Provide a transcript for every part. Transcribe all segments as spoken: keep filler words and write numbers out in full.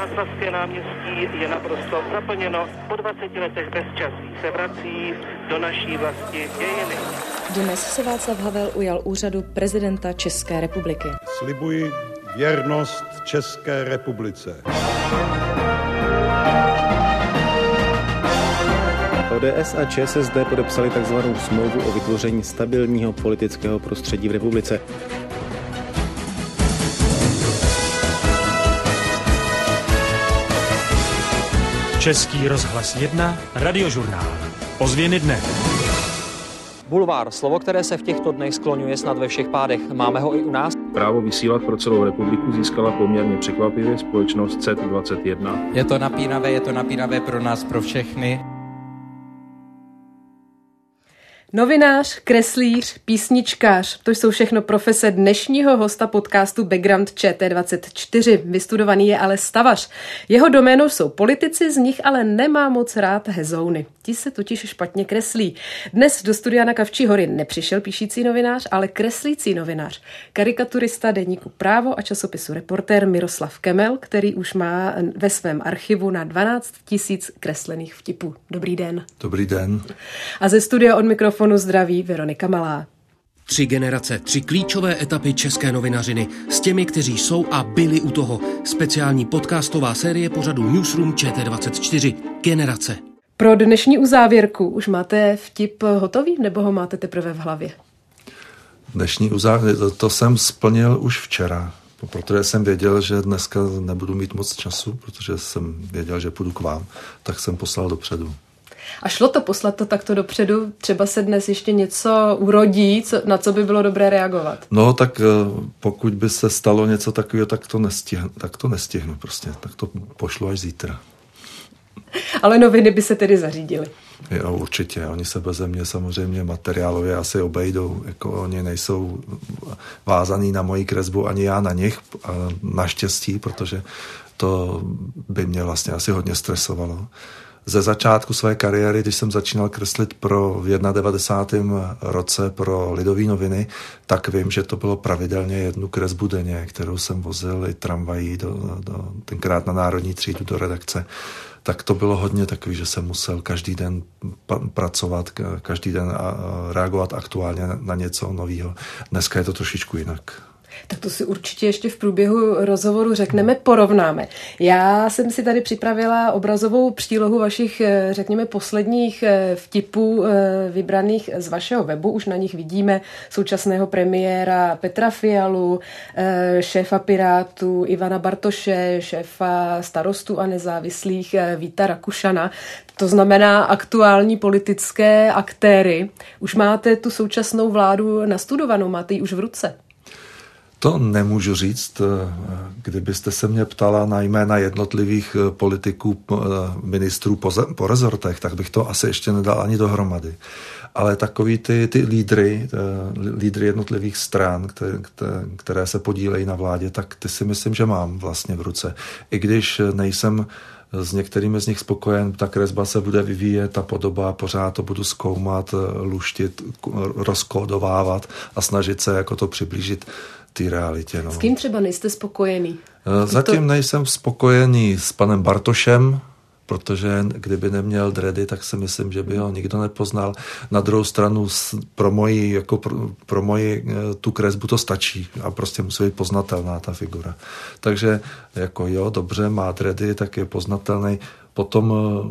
Václavské náměstí je naprosto zaplněno. Po dvaceti letech bezčasí se vrací do naší vlasti dějiny. Dnes se Václav Havel ujal úřadu prezidenta České republiky. Slibuji věrnost České republice. O D S a Č S S D podepsali tzv. Smlouvu o vytvoření stabilního politického prostředí v republice. Český rozhlas jedna, Radiožurnál. Ozvěny dne. Bulvár, slovo, které se v těchto dnech skloňuje snad ve všech pádech. Máme ho i u nás? Právo vysílat pro celou republiku získala poměrně překvapivě společnost C E T dvacet jedna. Je to napínavé, je to napínavé pro nás, pro všechny. Novinář, kreslíř, písničkář, to jsou všechno profese dnešního hosta podcastu Background Č T dvacet čtyři. Vystudovaný je ale stavař. Jeho doménou jsou politici, z nich ale nemá moc rád hezouny. Ti se totiž špatně kreslí. Dnes do studia na Kavčí hory nepřišel píšící novinář, ale kreslící novinář. Karikaturista deníku Právo a časopisu Reportér Miroslav Kemel, který už má ve svém archivu na dvanáct tisíc kreslených vtipů. Dobrý den. Dobrý den. A ze studia od mikrofonu zdraví Veronika Malá. Tři generace, tři klíčové etapy české novinařiny s těmi, kteří jsou a byli u toho. Speciální podcastová série pořadu Newsroom Č T dvacet čtyři. Generace. Pro dnešní uzávěrku už máte vtip hotový, nebo ho máte teprve v hlavě? Dnešní uzávěrku, to jsem splnil už včera, protože jsem věděl, že dneska nebudu mít moc času, protože jsem věděl, že půjdu k vám, tak jsem poslal dopředu. A šlo to poslat to takto dopředu? Třeba se dnes ještě něco urodí, co, na co by bylo dobré reagovat? No tak pokud by se stalo něco takového, tak to nestihnu, tak to nestihnu prostě, tak to pošlu až zítra. Ale noviny by se tedy zařídily. Jo, určitě, oni se beze mě samozřejmě materiálově asi obejdou, jako oni nejsou vázaný na moji kresbu, ani já na nich, naštěstí, protože to by mě vlastně asi hodně stresovalo. Ze začátku své kariéry, když jsem začínal kreslit pro v devadesátém prvním roce pro Lidové noviny, tak vím, že to bylo pravidelně jednu kresbu denně, kterou jsem vozil i tramvají do, do, tenkrát na Národní třídu do redakce. Tak to bylo hodně takový, že jsem musel každý den pracovat, každý den reagovat aktuálně na něco nového. Dneska je to trošičku jinak. Tak to si určitě ještě v průběhu rozhovoru řekneme, porovnáme. Já jsem si tady připravila obrazovou přílohu vašich, řekněme, posledních vtipů vybraných z vašeho webu. Už na nich vidíme současného premiéra Petra Fialu, šéfa Pirátů Ivana Bartoše, šéfa Starostů a nezávislých Víta Rakušana. To znamená aktuální politické aktéry. Už máte tu současnou vládu nastudovanou, máte ji už v ruce? To nemůžu říct. Kdybyste se mě ptala na jména jednotlivých politiků, ministrů po, po rezortech, tak bych to asi ještě nedal ani dohromady. Ale takový ty, ty lídry, lídry jednotlivých stran, které, které se podílejí na vládě, tak ty si myslím, že mám vlastně v ruce. I když nejsem s některými z nich spokojen, ta kresba se bude vyvíjet, ta podoba, pořád to budu zkoumat, luštit, rozkódovávat a snažit se jako to přiblížit té realitě. No. S kým třeba nejste spokojený? Zatím to... nejsem spokojený s panem Bartošem, protože kdyby neměl dredy, tak si myslím, že by ho nikdo nepoznal. Na druhou stranu pro moji, jako pro, pro moji tu kresbu to stačí a prostě musí být poznatelná ta figura. Takže jako jo, dobře, má dredy, tak je poznatelný. Potom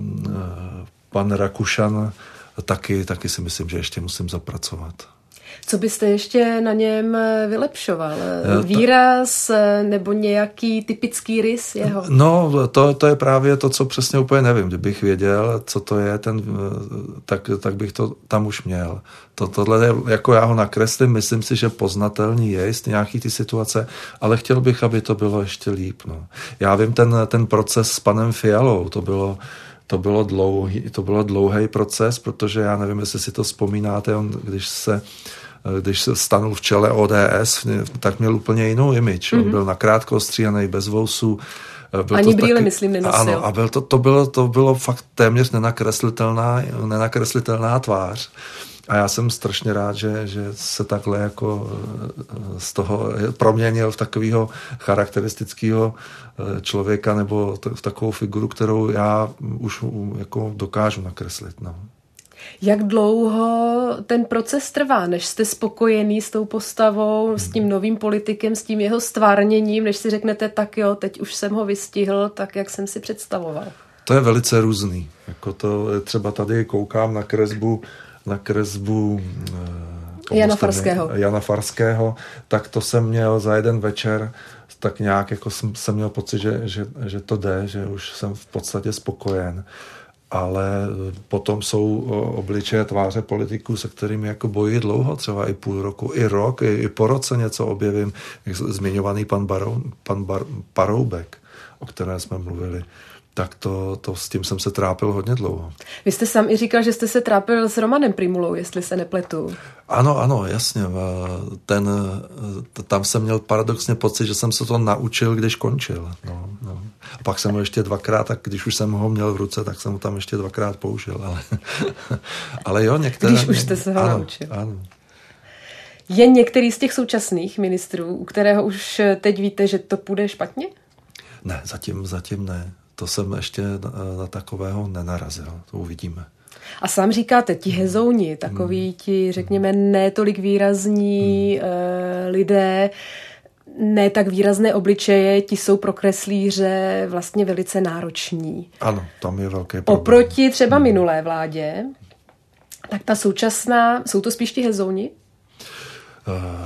pan Rakušan taky, taky si myslím, že ještě musím zapracovat. Co byste ještě na něm vylepšoval? Výraz nebo nějaký typický rys jeho? No, to, to je právě to, co přesně úplně nevím. Kdybych věděl, co to je, ten, tak, tak bych to tam už měl. To, tohle je, jako já ho nakreslím, myslím si, že poznatelný je jistý nějaký ty situace, ale chtěl bych, aby to bylo ještě líp. No. Já vím, ten, ten proces s panem Fialou, to bylo To bylo dlouhý, to bylo dlouhý proces, protože já nevím, jestli si to vzpomínáte, on, když se když se stanul v čele O D S, tak měl úplně jinou image. Mm-hmm. On byl nakrátko ostříhaný, bez vousů. Byl Ani brýle, taky, myslím, nenosil. Ano, a byl to, to, bylo, to bylo fakt téměř nenakreslitelná, nenakreslitelná tvář. A já jsem strašně rád, že, že se takhle jako z toho proměnil v takového charakteristického člověka nebo v takovou figuru, kterou já už jako dokážu nakreslit. No. Jak dlouho ten proces trvá, než jste spokojený s tou postavou, hmm. s tím novým politikem, s tím jeho stvárněním, než si řeknete, tak jo, teď už jsem ho vystihl, tak jak jsem si představoval? To je velice různý. Jako to, třeba tady koukám na kresbu na kresbu eh, Jana Farského. Jana Farského, tak to jsem měl za jeden večer, tak nějak jako jsem, jsem měl pocit, že, že, že to jde, že už jsem v podstatě spokojen. Ale potom jsou obličeje tváře politiků, se kterými jako bojuji dlouho, třeba i půl roku, i rok, i, i po roce něco objevím. Zmiňovaný pan, Barou, pan Bar, Paroubek, o kterém jsme mluvili, tak to, to s tím jsem se trápil hodně dlouho. Vy jste sám i říkal, že jste se trápil s Romanem Prymulou, jestli se nepletu. Ano, ano, jasně. Ten, tam jsem měl paradoxně pocit, že jsem se to naučil, když končil. No, no. A pak jsem ho ještě dvakrát, tak když už jsem ho měl v ruce, tak jsem ho tam ještě dvakrát použil. Ale, ale jo, některé... Když už jste se ho ano, naučil. Ano. Je některý z těch současných ministrů, u kterého už teď víte, že to půjde špatně? Ne, zatím, zatím ne. To jsem ještě na, na takového nenarazil. To uvidíme. A sám říkáte, ti hezouni, takoví hmm. ti, řekněme, ne tolik výrazní hmm. uh, lidé, ne tak výrazné obličeje, ti jsou pro kreslíře vlastně velice nároční. Ano, tam je velké problém. Oproti třeba hmm. minulé vládě, tak ta současná, jsou to spíš ti hezouni? Uh,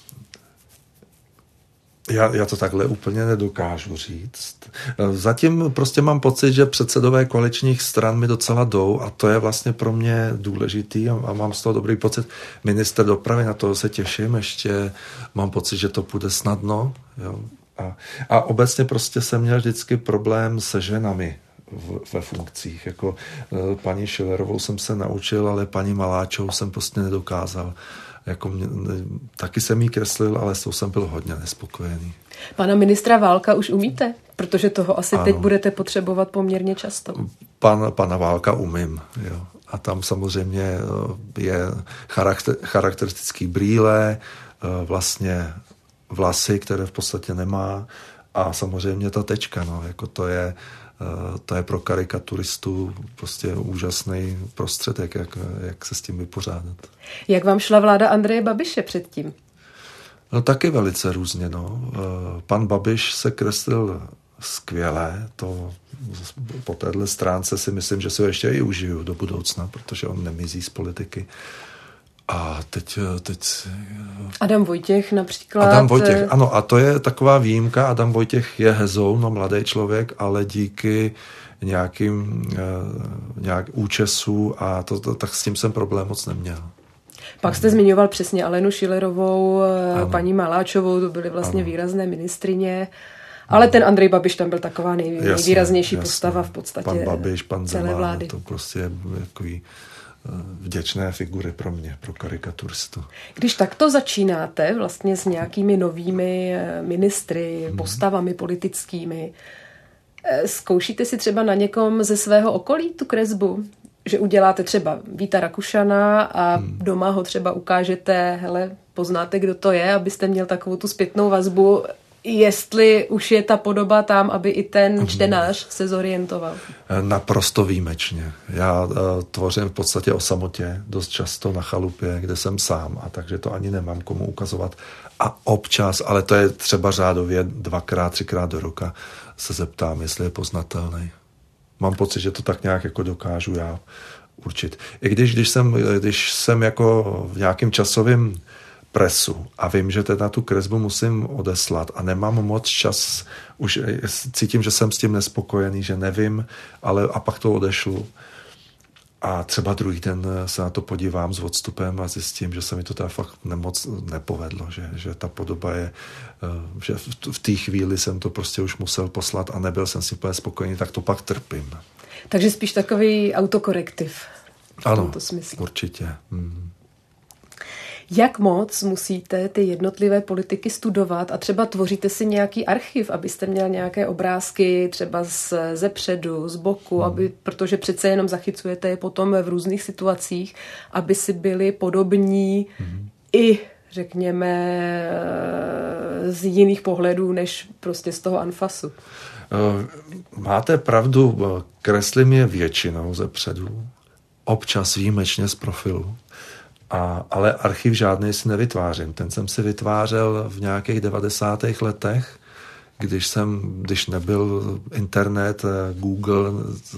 Já, já to takhle úplně nedokážu říct. Zatím prostě mám pocit, že předsedové koaličních stran mi docela jdou a to je vlastně pro mě důležitý a, a mám z toho dobrý pocit. Minister dopravy, na toho se těším, ještě mám pocit, že to půjde snadno. Jo. A, a obecně prostě jsem měl vždycky problém se ženami v, ve funkcích. Jako paní Schillerovou jsem se naučil, ale paní Maláčovou jsem prostě nedokázal. Jako mě, taky jsem jí kreslil, ale s tou jsem byl hodně nespokojený. Pana ministra Válka už umíte? Protože toho asi ano. teď budete potřebovat poměrně často. Pan, pana Válka umím, jo. A tam samozřejmě je charakter, charakteristický brýle, vlastně vlasy, které v podstatě nemá a samozřejmě ta tečka, no, jako to je to je pro karikaturistu prostě úžasný prostředek, jak, jak se s tím vypořádat. Jak vám šla vláda Andreje Babiše předtím? No taky velice různě, no. Pan Babiš se kreslil skvěle, to po téhle stránce si myslím, že si ho ještě i užiju do budoucna, protože on nemizí z politiky. A teď, teď... Adam Vojtěch například. Adam Vojtěch, ano, a to je taková výjimka. Adam Vojtěch je hezoun, no mladý člověk, ale díky nějakým nějak účesu a to, to, tak s tím jsem problém moc neměl. Pak jste zmiňoval přesně Alenu Schillerovou, ano. paní Maláčovou, to byly vlastně ano. výrazné ministrině. Ale ten Andrej Babiš tam byl taková nej, jasně, nejvýraznější jasně. postava v podstatě pan Babiš, pan celé Zeman, vlády. To prostě je takový vděčné figury pro mě, pro karikaturistu. Když takto začínáte vlastně s nějakými novými ministry, hmm. postavami politickými, zkoušíte si třeba na někom ze svého okolí tu kresbu? Že uděláte třeba Víta Rakušana a hmm. doma ho třeba ukážete, hele, poznáte, kdo to je, abyste měl takovou tu zpětnou vazbu, jestli už je ta podoba tam, aby i ten čtenář se zorientoval. Naprosto výjimečně. Já uh, tvořím v podstatě o samotě, dost často na chalupě, kde jsem sám, a takže to ani nemám komu ukazovat. A občas, ale to je třeba řádově dvakrát, třikrát do roka, se zeptám, jestli je poznatelný. Mám pocit, že to tak nějak jako dokážu já určit. I když, když jsem, když jsem jako v nějakém časovém presu a vím, že teda tu kresbu musím odeslat a nemám moc čas, už cítím, že jsem s tím nespokojený, že nevím, ale a pak to odešlu. A třeba druhý den se na to podívám s odstupem a zjistím, že se mi to teda fakt nemoc nepovedlo, že, že ta podoba je, že v té chvíli jsem to prostě už musel poslat a nebyl jsem s tím úplně spokojený, tak to pak trpím. Takže spíš takový autokorektiv v ano, tomto smyslu. Určitě. Hmm. Jak moc musíte ty jednotlivé politiky studovat a třeba tvoříte si nějaký archiv, abyste měl nějaké obrázky třeba z, ze předu, z boku, hmm. aby, protože přece jenom zachycujete je potom v různých situacích, aby si byli podobní hmm. i řekněme z jiných pohledů, než prostě z toho anfasu. Máte pravdu, kreslím je většinou ze předu, občas výjimečně z profilu, a, ale archiv žádný si nevytvářím. Ten jsem si vytvářel v nějakých devadesátých letech, když jsem, když nebyl internet, Google,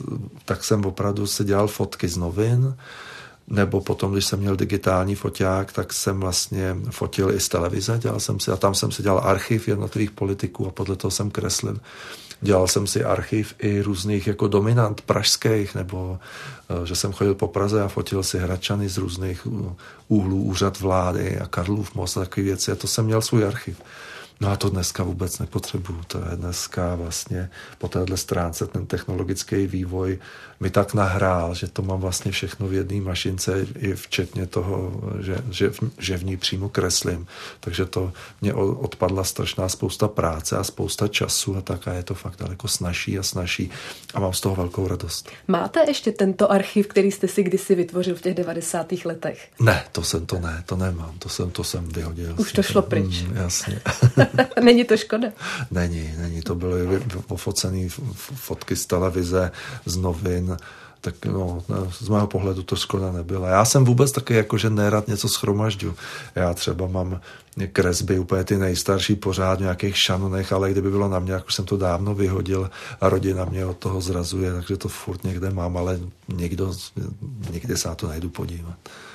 tak jsem opravdu si dělal fotky z novin, nebo potom, když jsem měl digitální foťák, tak jsem vlastně fotil i z televize, dělal jsem si, a tam jsem si dělal archiv jednotlivých politiků a podle toho jsem kreslil. Dělal jsem si archiv i různých jako dominant pražských, nebo že jsem chodil po Praze a fotil si Hradčany z různých úhlů, úřad vlády a Karlův most a takové věci. A to jsem měl svůj archiv. No a to dneska vůbec nepotřebuju. To je dneska vlastně po téhle stránce ten technologický vývoj mi tak nahrál, že to mám vlastně všechno v jedné mašince, i včetně toho, že, že, že v ní přímo kreslím. Takže to mě odpadla strašná spousta práce a spousta času a tak a je to fakt daleko snazší a snazší a mám z toho velkou radost. Máte ještě tento archiv, který jste si kdysi vytvořil v těch devadesátých letech? Ne, to jsem to ne, to nemám, to jsem, to jsem vyhodil. Už to šlo pryč. Mm, jasně. Není to škoda? Není, není, to byly pofocené fotky z televize, z novin, tak no, z mého pohledu to škoda nebyla. Já jsem vůbec taky jakože nerad něco schromažďu. Já třeba mám kresby, úplně ty nejstarší pořád v nějakých šanonech, ale kdyby bylo na mě, jak už jsem to dávno vyhodil a rodina mě od toho zrazuje, takže to furt někde mám, ale někdo, někde se na to najdu podívat.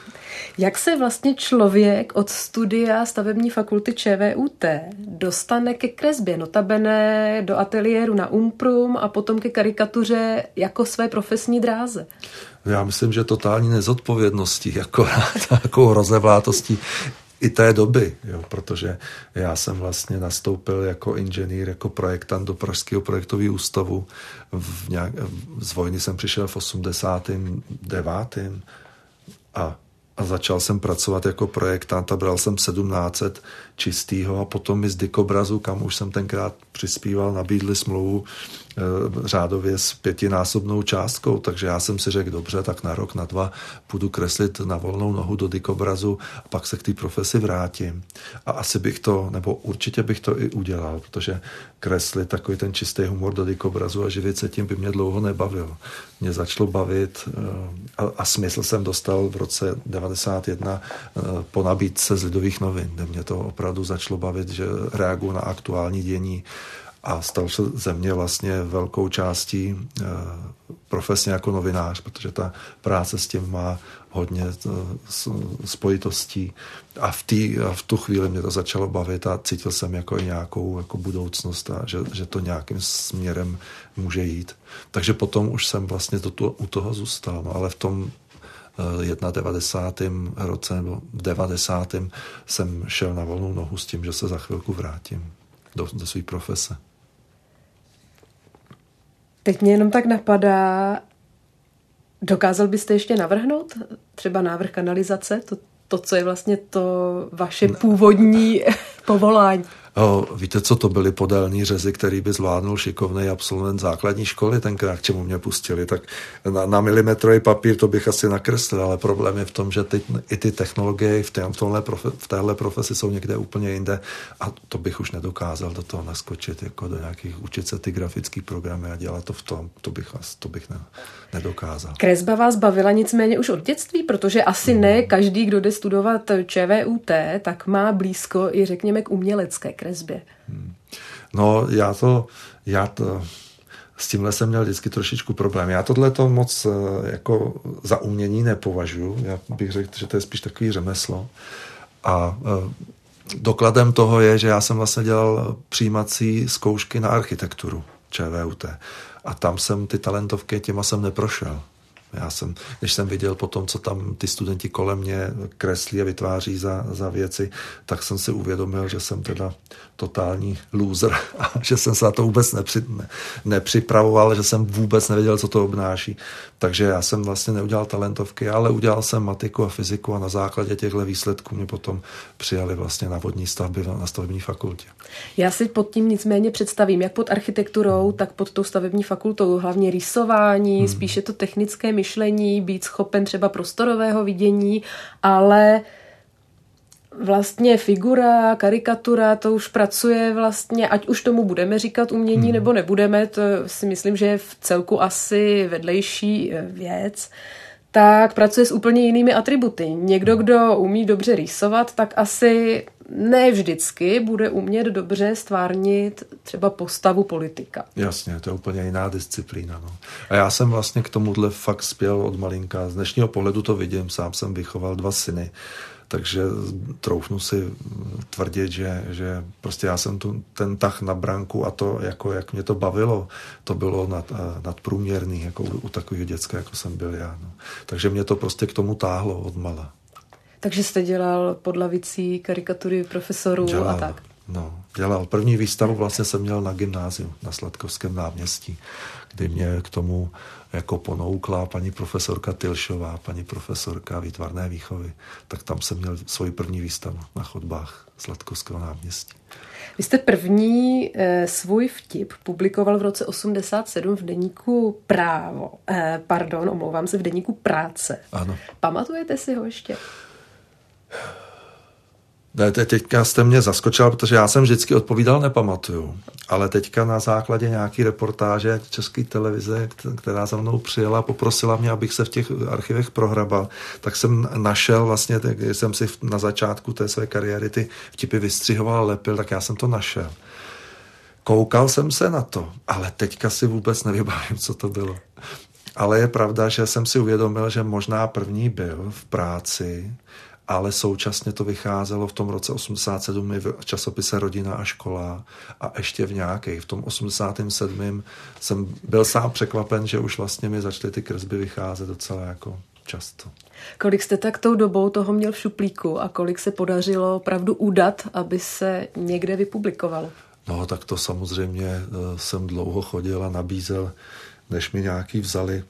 Jak se vlastně člověk od studia stavební fakulty ČVUT dostane ke kresbě, notabene do ateliéru na Umprum a potom ke karikatuře jako své profesní dráze? Já myslím, že totální nezodpovědností, jako takovou rozevlátostí i té doby, jo, protože já jsem vlastně nastoupil jako inženýr, jako projektant do Pražského projektového ústavu. V nějak, z vojny jsem přišel v osmdesátém devátém a A začal jsem pracovat jako projektant a bral jsem sedmnáct set čistýho a potom mi z Dikobrazu, kam už jsem tenkrát přispíval, nabídli smlouvu e, řádově s pětinásobnou částkou, takže já jsem si řekl, dobře, tak na rok, na dva půjdu kreslit na volnou nohu do Dikobrazu a pak se k té profesi vrátím. A asi bych to, nebo určitě bych to i udělal, protože kreslit takový ten čistý humor do Dikobrazu a živit se tím by mě dlouho nebavil. Mě začalo bavit e, a, a smysl jsem dostal v roce devadesát jedna e, po nabídce z Lidových novin, kde mě to opravdu začalo bavit, že reaguju na aktuální dění a stal se ze mě vlastně velkou částí e, profesně jako novinář, protože ta práce s tím má hodně e, spojitostí a v, tý, a v tu chvíli mě to začalo bavit a cítil jsem jako i nějakou jako budoucnost a že, že to nějakým směrem může jít. Takže potom už jsem vlastně to, to, u toho zůstal, no, ale v tom devadesátém roce nebo v devadesátém jsem šel na volnou nohu s tím, že se za chvilku vrátím do, do své profese. Teď mě jenom tak napadá, dokázal byste ještě navrhnout třeba návrh kanalizace, to, to co je vlastně to vaše původní povolání? O, víte, co to byly podélní řezy, který by zvládnul šikovný absolvent základní školy tenkrát, k čemu mě pustili, tak na, na milimetrový papír to bych asi nakreslil, ale problém je v tom, že ty, i ty technologie v, tém, v, tomhle profe, v téhle profesi jsou někde úplně jinde a to bych už nedokázal do toho naskočit, jako do nějakých, učit se ty grafické programy a dělat to v tom, to bych, to bych ne, nedokázal. Kresba vás bavila nicméně už od dětství, protože asi hmm. ne každý, kdo jde studovat ČVUT, tak má blízko i řekněme k umělecké kresbě. Hmm. No já to, já to, s tímhle jsem měl vždycky trošičku problém. Já tohle to moc jako za umění nepovažuji. Já bych řekl, že to je spíš takový řemeslo. A dokladem toho je, že já jsem vlastně dělal přijímací zkoušky na architekturu ČVUT. A tam jsem ty talentovky, těma jsem neprošel. Já jsem, když jsem viděl potom, co tam ty studenti kolem mě kreslí a vytváří za, za věci, tak jsem si uvědomil, že jsem teda totální loser a že jsem se na to vůbec nepři, ne, nepřipravoval, že jsem vůbec nevěděl, co to obnáší. Takže já jsem vlastně neudělal talentovky, ale udělal jsem matiku a fyziku a na základě těchto výsledků mě potom přijali vlastně na vodní stavby na stavební fakultě. Já si pod tím nicméně představím, jak pod architekturou, hmm. tak pod tou stavební fakultou, hlavně rýsování, hmm. spíše to technické myšlení, být schopen třeba prostorového vidění, ale vlastně figura, karikatura, to už pracuje vlastně, ať už tomu budeme říkat umění hmm. nebo nebudeme, to si myslím, že je v celku asi vedlejší věc, tak pracuje s úplně jinými atributy. Někdo, kdo umí dobře rýsovat, tak asi ne vždycky bude umět dobře stvárnit třeba postavu politika. Jasně, to je úplně jiná disciplína. No. A já jsem vlastně k tomuhle fakt spěl od malinka. Z dnešního pohledu to vidím, sám jsem vychoval dva syny, takže troufnu si tvrdit, že, že prostě já jsem tu, ten tah na branku a to, jako, jak mě to bavilo, to bylo nad, nadprůměrný, jako u, u takového děcka, jako jsem byl já. No. Takže mě to prostě k tomu táhlo odmala. Takže jste dělal pod lavicí karikatury profesorů dělal, a tak? No, dělal. První výstavu vlastně jsem měl na gymnáziu, na Sladkovském náměstí, kdy mě k tomu jako ponoukla paní profesorka Tilšová, paní profesorka výtvarné výchovy. Tak tam jsem měl svoji první výstavu na chodbách Sladkovského náměstí. Vy jste první eh, svůj vtip publikoval v roce osmdesát sedm v deníku Právo. Eh, pardon, omlouvám se, v deníku Práce. Ano. Pamatujete si ho ještě? Ne, teďka jste mě zaskočila, protože já jsem vždycky odpovídal nepamatuju, ale teďka na základě nějaký reportáže České televize, která za mnou přijela, poprosila mě, abych se v těch archivech prohrabal, tak jsem našel vlastně, tak jsem si na začátku té své kariéry ty vtipy vystřihoval a lepil, tak já jsem to našel. Koukal jsem se na to, ale teďka si vůbec nevybavím, co to bylo. Ale je pravda, že jsem si uvědomil, že možná první byl v Práci, ale současně to vycházelo v tom roce osmdesát sedm v časopise Rodina a škola a ještě v nějakej. V tom osmdesátém sedmém jsem byl sám překvapen, že už vlastně mi začaly ty kresby vycházet docela jako často. Kolik jste tak tou dobou toho měl v šuplíku a kolik se podařilo opravdu udat, aby se někde vypublikovalo? No tak to samozřejmě jsem dlouho chodil a nabízel, než mi nějaký vzali.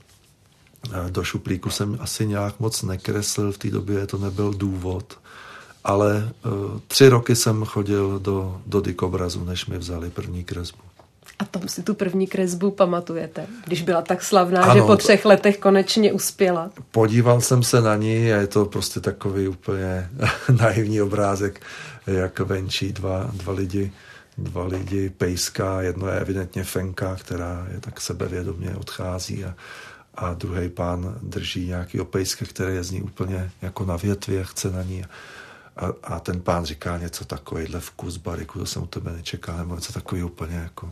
Do šuplíku jsem asi nějak moc nekreslil, v té době to nebyl důvod, ale uh, tři roky jsem chodil do, do dikobrazu, než mi vzali první kresbu. A tam si tu první kresbu pamatujete, když byla tak slavná, ano, že po třech letech konečně uspěla? Podíval jsem se na ní a je to prostě takový úplně naivní obrázek, jak venčí dva, dva lidi, dva lidi pejská, jedno je evidentně Fenka, která je tak sebevědomě odchází a a druhý pán drží nějaký opejska, který je z ní úplně jako na větvi a chce na ní. A, a ten pán říká něco takovýhle vkus bariku, to jsem u tebe nečekal, nebo něco takový úplně jako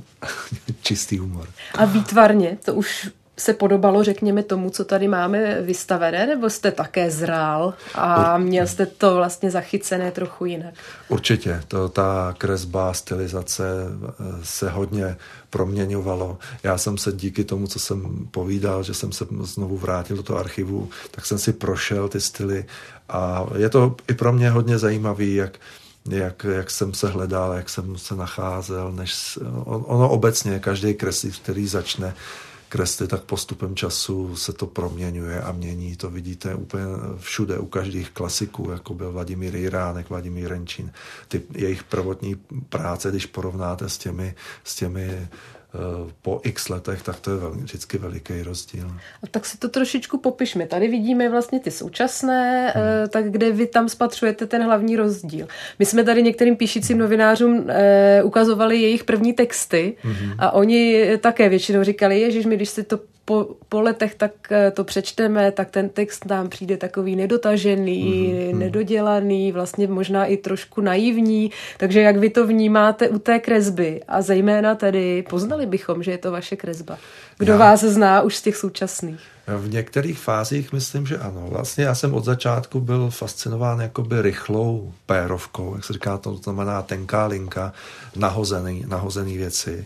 čistý humor. A výtvarně, to už se podobalo, řekněme, tomu, co tady máme vystavené, nebo jste také zrál a měl jste to vlastně zachycené trochu jinak? Určitě. To, ta kresba, stylizace se hodně proměňovalo. Já jsem se díky tomu, co jsem povídal, že jsem se znovu vrátil do toho archivu, tak jsem si prošel ty styly a je to i pro mě hodně zajímavý, jak Jak, jak jsem se hledal, jak jsem se nacházel. Než, ono obecně, každý kreslíř, který začne kreslit, tak postupem času se to proměňuje a mění. To vidíte úplně všude, u každých klasiků, jako byl Vladimír Jiránek, Vladimír Renčín. Ty jejich prvotní práce, když porovnáte s těmi, s těmi po x letech, tak to je velmi, vždycky veliký rozdíl. A tak si to trošičku popišme. Tady vidíme vlastně ty současné, hmm. tak kde vy tam spatřujete ten hlavní rozdíl. My jsme tady některým píšícím novinářům eh, ukazovali jejich první texty hmm. a oni také většinou říkali, ježiš, my když si to po, po letech tak to přečteme, tak ten text nám přijde takový nedotažený, mm-hmm. nedodělaný, vlastně možná i trošku naivní. Takže jak vy to vnímáte u té kresby? A zejména tedy poznali bychom, že je to vaše kresba. Kdo já, vás zná už z těch současných? V některých fázích myslím, že ano. Vlastně já jsem od začátku byl fascinován jakoby rychlou pérovkou, jak se říká, to znamená tenká linka, nahozený, nahozený věci.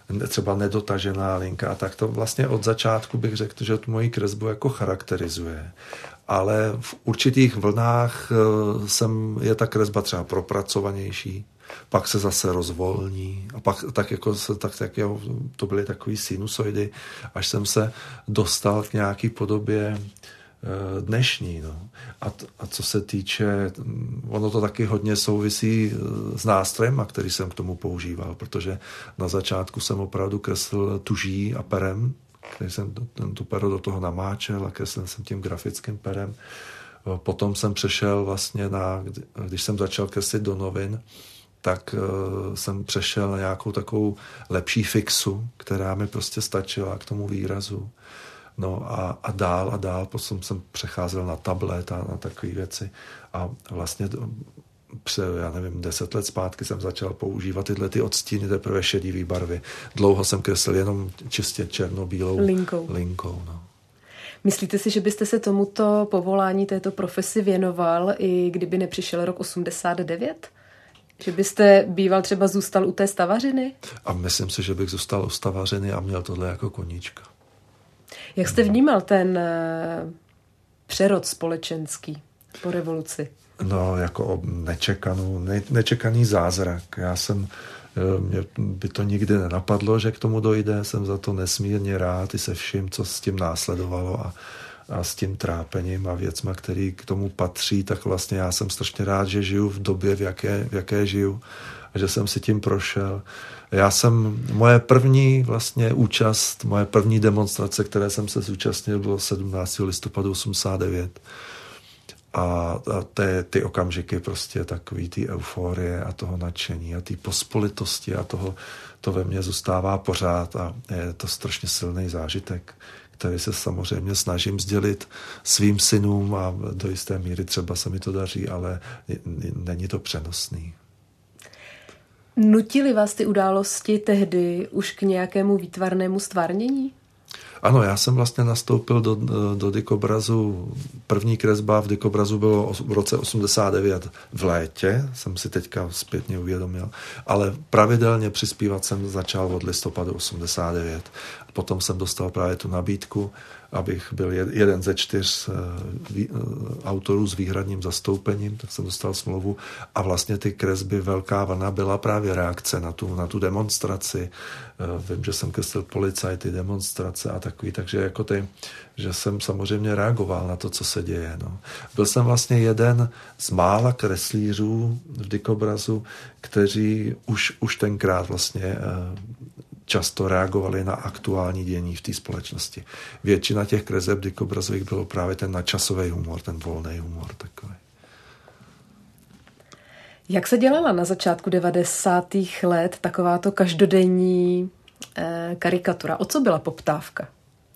třeba nedotažená linka a tak to vlastně od začátku bych řekl, že tu moji kresbu jako charakterizuje. Ale v určitých vlnách jsem, je ta kresba třeba propracovanější, pak se zase rozvolní a pak tak jako se, tak, tak jo, to byly takový sinusoidy, až jsem se dostal k nějaký podobě dnešní. No. A, a co se týče, ono to taky hodně souvisí s nástrojem, a který jsem k tomu používal, protože na začátku jsem opravdu kreslil tuží a perem, který jsem ten, tu pero do toho namáčel a kreslil jsem tím grafickým perem. Potom jsem přešel vlastně na, když jsem začal kreslit do novin, tak uh, jsem přešel na nějakou takovou lepší fixu, která mi prostě stačila k tomu výrazu. No a, a dál a dál, potom jsem přecházel na tablet a na takové věci. A vlastně pře, já nevím, deset let zpátky jsem začal používat tyhle ty odstíny, teprve šedivý barvy. Dlouho jsem kreslil jenom čistě černobílou linkou. linkou no. Myslíte si, že byste se tomuto povolání, této profesi věnoval, i kdyby nepřišel rok osmdesát devět? Že byste býval třeba zůstal u té stavařiny? A myslím si, že bych zůstal u stavařiny a měl tohle jako koníčka. Jak jste vnímal ten přerod společenský po revoluci? No, jako nečekanou, ne, nečekaný zázrak. Já jsem, mě by to nikdy nenapadlo, že k tomu dojde. Jsem za to nesmírně rád i se vším, co s tím následovalo a, a s tím trápením a věcma, který k tomu patří, tak vlastně já jsem strašně rád, že žiju v době, v jaké, v jaké žiju a že jsem si tím prošel. Já jsem, moje první vlastně účast, moje první demonstrace, které jsem se zúčastnil, bylo sedmnáctého listopadu osmdesát devět. A, a ty, ty okamžiky prostě takový ty euforie a toho nadšení a ty pospolitosti a toho, to ve mně zůstává pořád a je to strašně silný zážitek, který se samozřejmě snažím sdělit svým synům a do jisté míry třeba se mi to daří, ale není to přenosný. Nutily vás ty události tehdy už k nějakému výtvarnému stvárnění? Ano, já jsem vlastně nastoupil do, do dikobrazu, první kresba v dikobrazu bylo v roce osmdesát devět v létě, jsem si teďka zpětně uvědomil, ale pravidelně přispívat jsem začal od listopadu osmdesát devět. Potom jsem dostal právě tu nabídku, abych byl jeden ze čtyř autorů s výhradním zastoupením, tak jsem dostal smlouvu a vlastně ty kresby Velká vlna byla právě reakce na tu, na tu demonstraci. Vím, že jsem kreslil policajty, demonstrace a takový, takže jako ty, že jsem samozřejmě reagoval na to, co se děje. No. Byl jsem vlastně jeden z mála kreslířů v dikobrazu, kteří už, už tenkrát vlastně často reagovali na aktuální dění v té společnosti. Většina těch kreseb dikobrazových bylo právě ten nadčasový humor, ten volný humor takový. Jak se dělala na začátku devadesátých let takováto každodenní eh, karikatura? O co byla poptávka?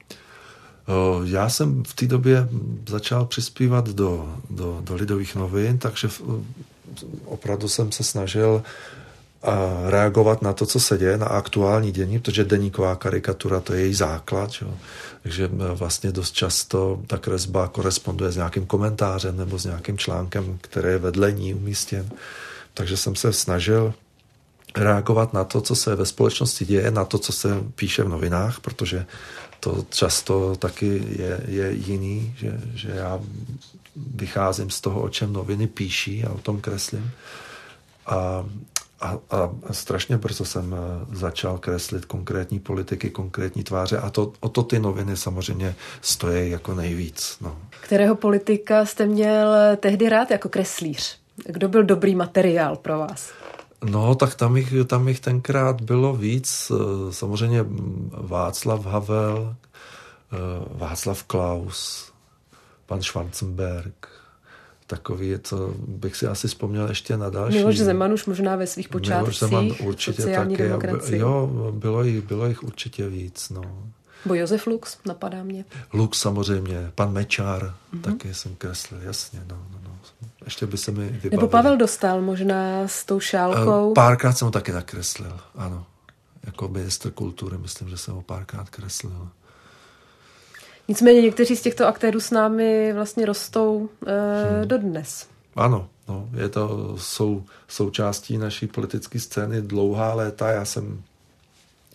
Já jsem v té době začal přispívat do, do, do Lidových novin, takže opravdu jsem se snažil a reagovat na to, co se děje, na aktuální dění, protože deníková karikatura, to je její základ. Jo. Takže vlastně dost často ta kresba koresponduje s nějakým komentářem nebo s nějakým článkem, který je vedle ní umístěn. Takže jsem se snažil reagovat na to, co se ve společnosti děje, na to, co se píše v novinách, protože to často taky je, je jiný, že, že já vycházím z toho, o čem noviny píší a o tom kreslím. A A, a, a strašně brzo jsem začal kreslit konkrétní politiky, konkrétní tváře a to, o to ty noviny samozřejmě stojí jako nejvíc. No. Kterého politika jste měl tehdy rád jako kreslíř? Kdo byl dobrý materiál pro vás? No, tak tam jich, tam jich tenkrát bylo víc. Samozřejmě Václav Havel, Václav Klaus, pan Schwarzenberg. Takový je to, bych si asi vzpomněl ještě na další. Miloš Zeman už možná ve svých počátcích. Zeman určitě taky. Jo, bylo jich, bylo jich určitě víc. No. Bo Josef Lux, napadá mě. Lux samozřejmě, pan Mečár, mm-hmm. taky jsem kreslil, jasně. No, no, no. Ještě by se mi vybavil. Nebo Pavel Dostál možná s tou šálkou. Párkrát jsem ho taky nakreslil, ano. Jako ministr kultury, myslím, že jsem ho párkrát kreslil. Nicméně někteří z těchto aktérů s námi vlastně rostou e, hmm. dodnes. Ano, no, je to, jsou součástí naší politické scény dlouhá léta. Já jsem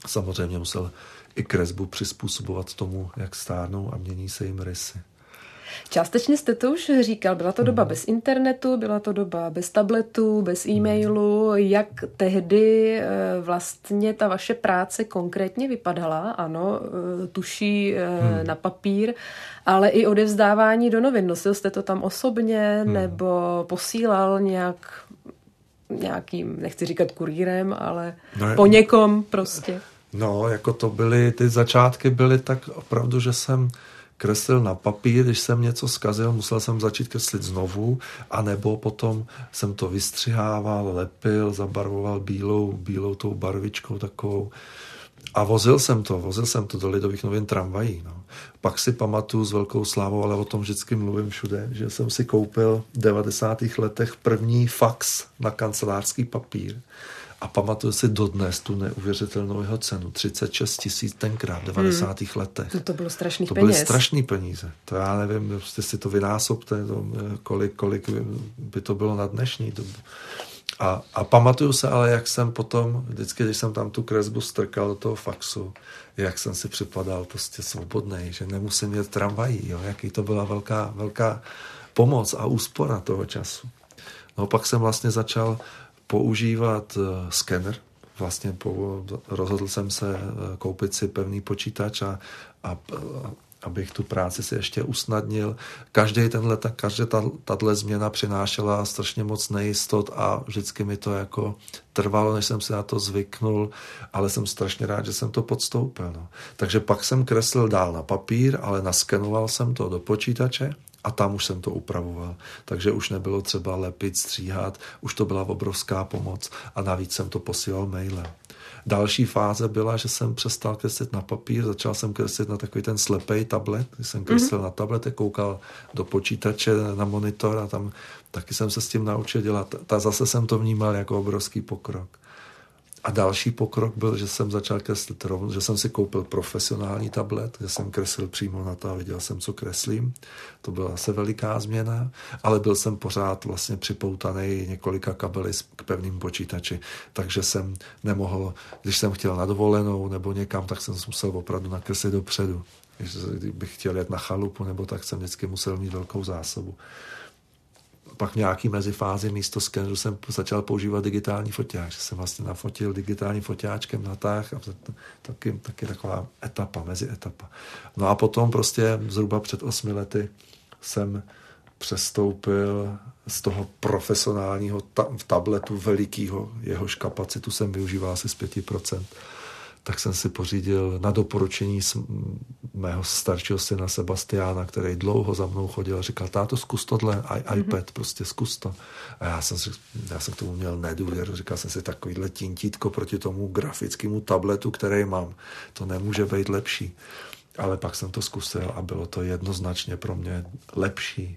samozřejmě musel i kresbu přizpůsobovat tomu, jak stárnou a mění se jim rysy. Částečně jste to už říkal, byla to doba hmm. bez internetu, byla to doba bez tabletu, bez e-mailu. Jak tehdy vlastně ta vaše práce konkrétně vypadala? Ano, tuší hmm. na papír, ale i odevzdávání do novin. Nosil jste to tam osobně hmm. nebo posílal nějak nějakým, nechci říkat kurýrem, ale no, po někom prostě? No, jako to byly, ty začátky byly tak opravdu, že jsem kreslil na papír, když jsem něco zkazil, musel jsem začít kreslit znovu, anebo potom jsem to vystřihával, lepil, zabarvoval bílou, bílou tou barvičkou takovou. A vozil jsem to, vozil jsem to do Lidových novin tramvají. No. Pak si pamatuju s velkou slávou, ale o tom vždycky mluvím všude, že jsem si koupil v devadesátých letech první fax na kancelářský papír. A pamatuju si dodnes tu neuvěřitelnou jeho cenu. třicet šest tisíc tenkrát v devadesátých hmm. letech. To, to bylo strašných to peněz. To byly strašný peníze. To já nevím, prostě si to vynásobte, to, kolik, kolik by to bylo na dnešní dobu. A, a pamatuju se ale, jak jsem potom, vždycky, když jsem tam tu kresbu strkal do toho faxu, jak jsem si připadal prostě svobodnej, že nemusím jet tramvají, jo, jaký to byla velká, velká pomoc a úspora toho času. No pak jsem vlastně začal používat uh, skener. Vlastně po, rozhodl jsem se uh, koupit si pevný počítač a, a, uh, abych tu práci si ještě usnadnil. Každý tenhle, každá tato změna přinášela strašně moc nejistot a vždycky mi to jako trvalo, než jsem si na to zvyknul, ale jsem strašně rád, že jsem to podstoupil. No. Takže pak jsem kreslil dál na papír, ale naskenoval jsem to do počítače a tam už jsem to upravoval. Takže už nebylo třeba lepit, stříhat, už to byla obrovská pomoc a navíc jsem to posílal mailem. Další fáze byla, že jsem přestal kreslit na papír, začal jsem kreslit na takový ten slepej tablet, když jsem kreslil mm-hmm. na tablete, koukal do počítače, na monitor a tam taky jsem se s tím naučil dělat. Ta zase jsem to vnímal jako obrovský pokrok. A další pokrok byl, že jsem začal kreslit rovnou, že jsem si koupil profesionální tablet, že jsem kreslil přímo na to a viděl jsem, co kreslím. To byla zase veliká změna, ale byl jsem pořád vlastně připoutaný několika kabely k pevným počítači, takže jsem nemohl, když jsem chtěl na dovolenou nebo někam, tak jsem musel opravdu nakreslit dopředu. Kdybych chtěl jet na chalupu nebo tak, jsem vždycky musel mít velkou zásobu. Pak v nějaký mezifázi místo skeneru jsem začal používat digitální foťák, že jsem vlastně nafotil digitálním foťáčkem natáh a taky, taky taková etapa, mezi etapa. No a potom prostě zhruba před osmi lety jsem přestoupil z toho profesionálního ta- tabletu velikýho, jehož kapacitu jsem využíval asi z pět procent. Tak jsem si pořídil na doporučení mého staršího syna Sebastiána, který dlouho za mnou chodil a říkal, táto, zkus tohle, I- iPad, mm-hmm. prostě zkus to. A já jsem, si, já jsem k tomu měl nedůvěru, říkal jsem si, takovýhle tintítko proti tomu grafickému tabletu, který mám, to nemůže být lepší. Ale pak jsem to zkusil a bylo to jednoznačně pro mě lepší,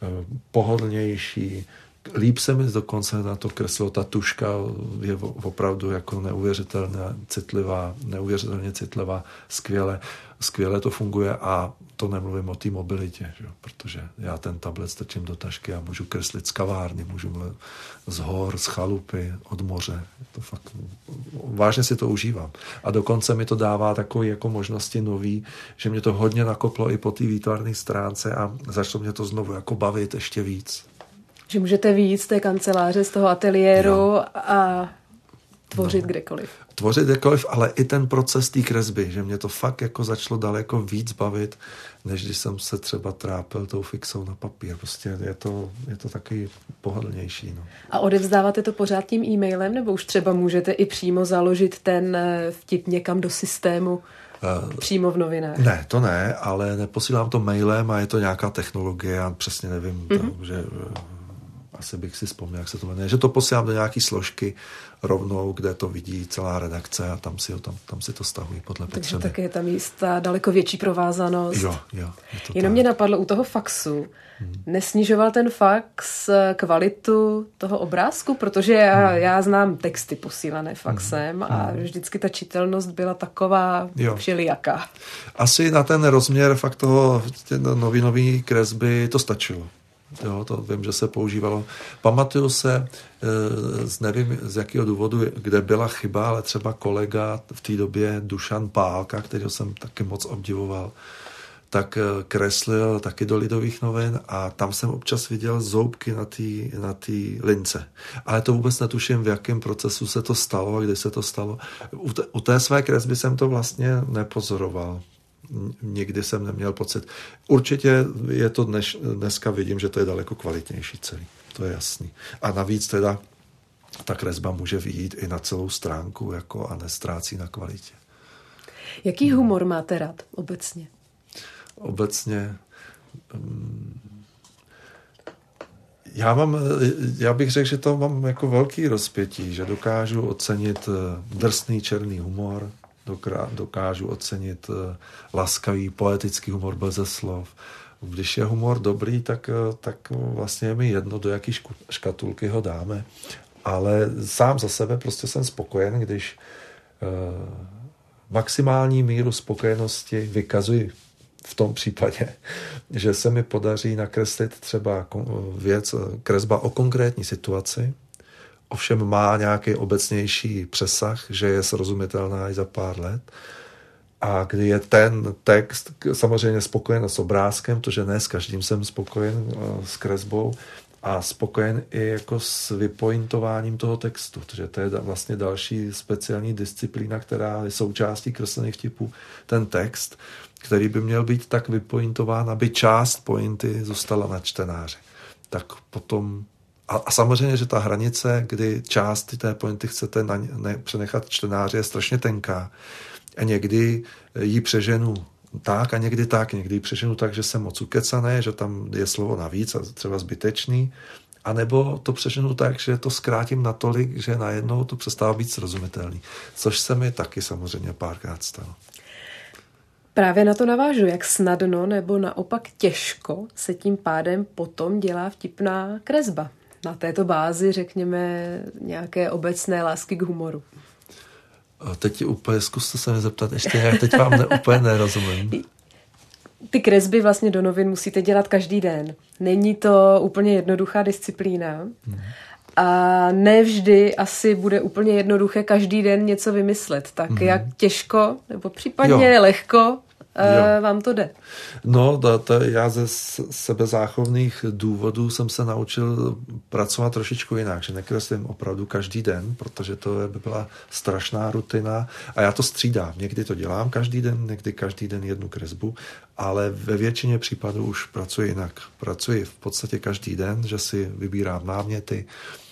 pohodlnější. Líp se mi dokonce na to kreslilo. Ta tuška je opravdu jako neuvěřitelně citlivá, neuvěřitelně citlivá, skvěle, skvěle to funguje a to nemluvím o té mobilitě, že? Protože já ten tablet strčím do tašky a můžu kreslit z kavárny, můžu mluvit z hor, z chalupy, od moře. To fakt, vážně si to užívám. A dokonce mi to dává takové jako možnosti nový, že mě to hodně nakoplo i po té výtvarné stránce a začalo mě to znovu jako bavit ještě víc. Že můžete víc z té kanceláře, z toho ateliéru jo. a tvořit no. kdekoliv. Tvořit kdekoliv, ale i ten proces té kresby, že mě to fakt jako začalo daleko víc bavit, než když jsem se třeba trápil tou fixou na papír. Prostě je to, je to taky pohodlnější. No. A odevzdáváte to pořád tím e-mailem, nebo už třeba můžete i přímo založit ten vtip někam do systému? Uh, přímo v novinách. Ne, to ne, ale neposílám to mailem a je to nějaká technologie, já přesně nevím, mm-hmm. to, že asi bych si vzpomněl, jak se to jmenuje, že to posílám do nějaký složky rovnou, kde to vidí celá redakce a tam si, ho, tam, tam si to stahují podle potřeby. Takže také je tam jistá daleko větší provázanost. Jo, jo. Jenom tak. Mě napadlo u toho faxu, hmm. nesnižoval ten fax kvalitu toho obrázku, protože já, hmm. já znám texty posílané faxem hmm. a vždycky ta čitelnost byla taková jo. všelijaká. Asi na ten rozměr fakt toho novinový kresby to stačilo. Jo, to vím, že se používalo. Pamatuju se, nevím z jakého důvodu, kde byla chyba, ale třeba kolega v té době Dušan Pálka, kterého jsem taky moc obdivoval, tak kreslil taky do Lidových novin a tam jsem občas viděl zoubky na té na té lince. Ale to vůbec netuším, v jakém procesu se to stalo a kdy se to stalo. U té, u té své kresby jsem to vlastně nepozoroval. Nikdy jsem neměl pocit. Určitě je to dnes, dneska vidím, že to je daleko kvalitnější celý. To je jasný. A navíc teda ta kresba může vyjít i na celou stránku jako a nestrácí na kvalitě. Jaký humor máte rád obecně? Obecně já mám, já bych řekl, že to mám jako velký rozpětí, že dokážu ocenit drsný černý humor, dokážu ocenit laskavý poetický humor beze slov. Když je humor dobrý, tak, tak vlastně je mi jedno, do jaký škatulky ho dáme. Ale sám za sebe prostě jsem spokojen, když maximální míru spokojenosti vykazuji v tom případě, že se mi podaří nakreslit třeba věc, kresba o konkrétní situaci, ovšem má nějaký obecnější přesah, že je srozumitelná i za pár let. A kdy je ten text samozřejmě spokojen s obrázkem, protože ne s každým jsem spokojen s kresbou, a spokojen i jako s vypointováním toho textu, protože to je vlastně další speciální disciplína, která je součástí kreslených vtipů, ten text, který by měl být tak vypointován, aby část pointy zůstala na čtenáři. Tak potom A, a samozřejmě, že ta hranice, kdy část té pointy chcete na, ne, přenechat čtenáři, je strašně tenká. A někdy ji přeženu tak a někdy tak. Někdy ji přeženu tak, že jsem moc ukecaný, že tam je slovo navíc a třeba zbytečný. A nebo to přeženu tak, že to zkrátím natolik, že najednou to přestává být srozumitelný. Což se mi taky samozřejmě párkrát stalo. Právě na to navážu, jak snadno nebo naopak těžko se tím pádem potom dělá vtipná kresba. Na této bázi, řekněme, nějaké obecné lásky k humoru. Teď úplně, zkuste se mi zeptat ještě nějak, teď vám ne, úplně nerozumím. Ty kresby vlastně do novin musíte dělat každý den. Není to úplně jednoduchá disciplína. Hmm. A nevždy asi bude úplně jednoduché každý den něco vymyslet. Tak hmm. jak těžko, nebo případně jo. lehko Jo. vám to jde? No, to, to já ze sebezáchovných důvodů jsem se naučil pracovat trošičku jinak, že nekreslím opravdu každý den, protože to by byla strašná rutina a já to střídám. Někdy to dělám každý den, někdy každý den jednu kresbu, ale ve většině případů už pracuji jinak. Pracuji v podstatě každý den, že si vybírám náměty,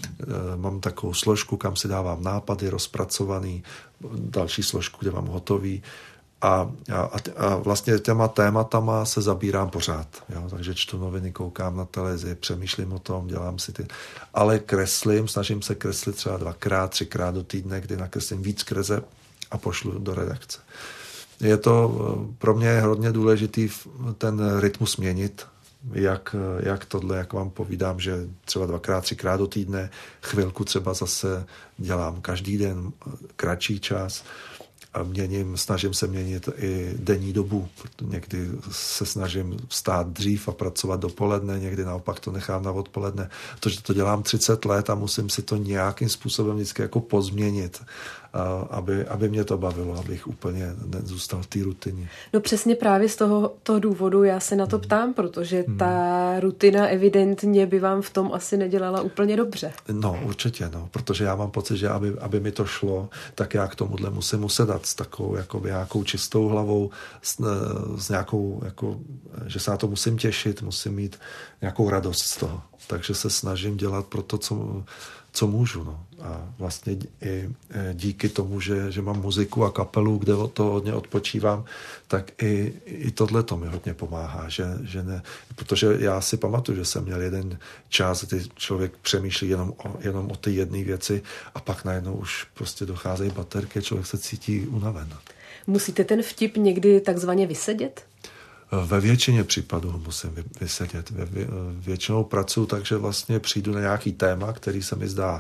mám takovou složku, kam si dávám nápady rozpracovaný, další složku, kde mám hotový. A, a, a vlastně těma tématama se zabírám pořád. Jo? Takže čtu noviny, koukám na televizi, přemýšlím o tom, dělám si ty... Ale kreslím, snažím se kreslit třeba dvakrát, třikrát do týdne, kdy nakreslím víc kreseb a pošlu do redakce. Je to pro mě hodně důležitý ten rytmus měnit, jak, jak tohle, jak vám povídám, že třeba dvakrát, třikrát do týdne, chvilku třeba zase dělám každý den, kratší čas, a měním, snažím se měnit i denní dobu. Někdy se snažím vstát dřív a pracovat dopoledne, někdy naopak to nechám na odpoledne. Protože to dělám třicet let a musím si to nějakým způsobem vždycky jako pozměnit, aby, aby mě to bavilo, abych úplně nezůstal v té rutině. No přesně právě z toho, toho důvodu já se na to ptám, protože hmm. ta rutina evidentně by vám v tom asi nedělala úplně dobře. No určitě, no, protože já mám pocit, že aby, aby mi to šlo, tak já k tomuhle musím usedat s takovou jakoby, nějakou čistou hlavou, s, s nějakou, jako, že se na to musím těšit, musím mít nějakou radost z toho. Takže se snažím dělat pro to, co, co můžu. No. A vlastně i díky tomu, že, že mám muziku a kapelu, kde od toho hodně odpočívám, tak i, i tohle to mi hodně pomáhá. Že, že ne, protože já si pamatuju, že jsem měl jeden čas, kdy člověk přemýšlí jenom o, jenom o ty jedné věci a pak najednou už prostě docházejí baterky, člověk se cítí unaven. Musíte ten vtip někdy takzvaně vysedět? Ve většině případů musím vysedět. Většinou pracuji tak, že vlastně přijdu na nějaký téma, který se mi zdá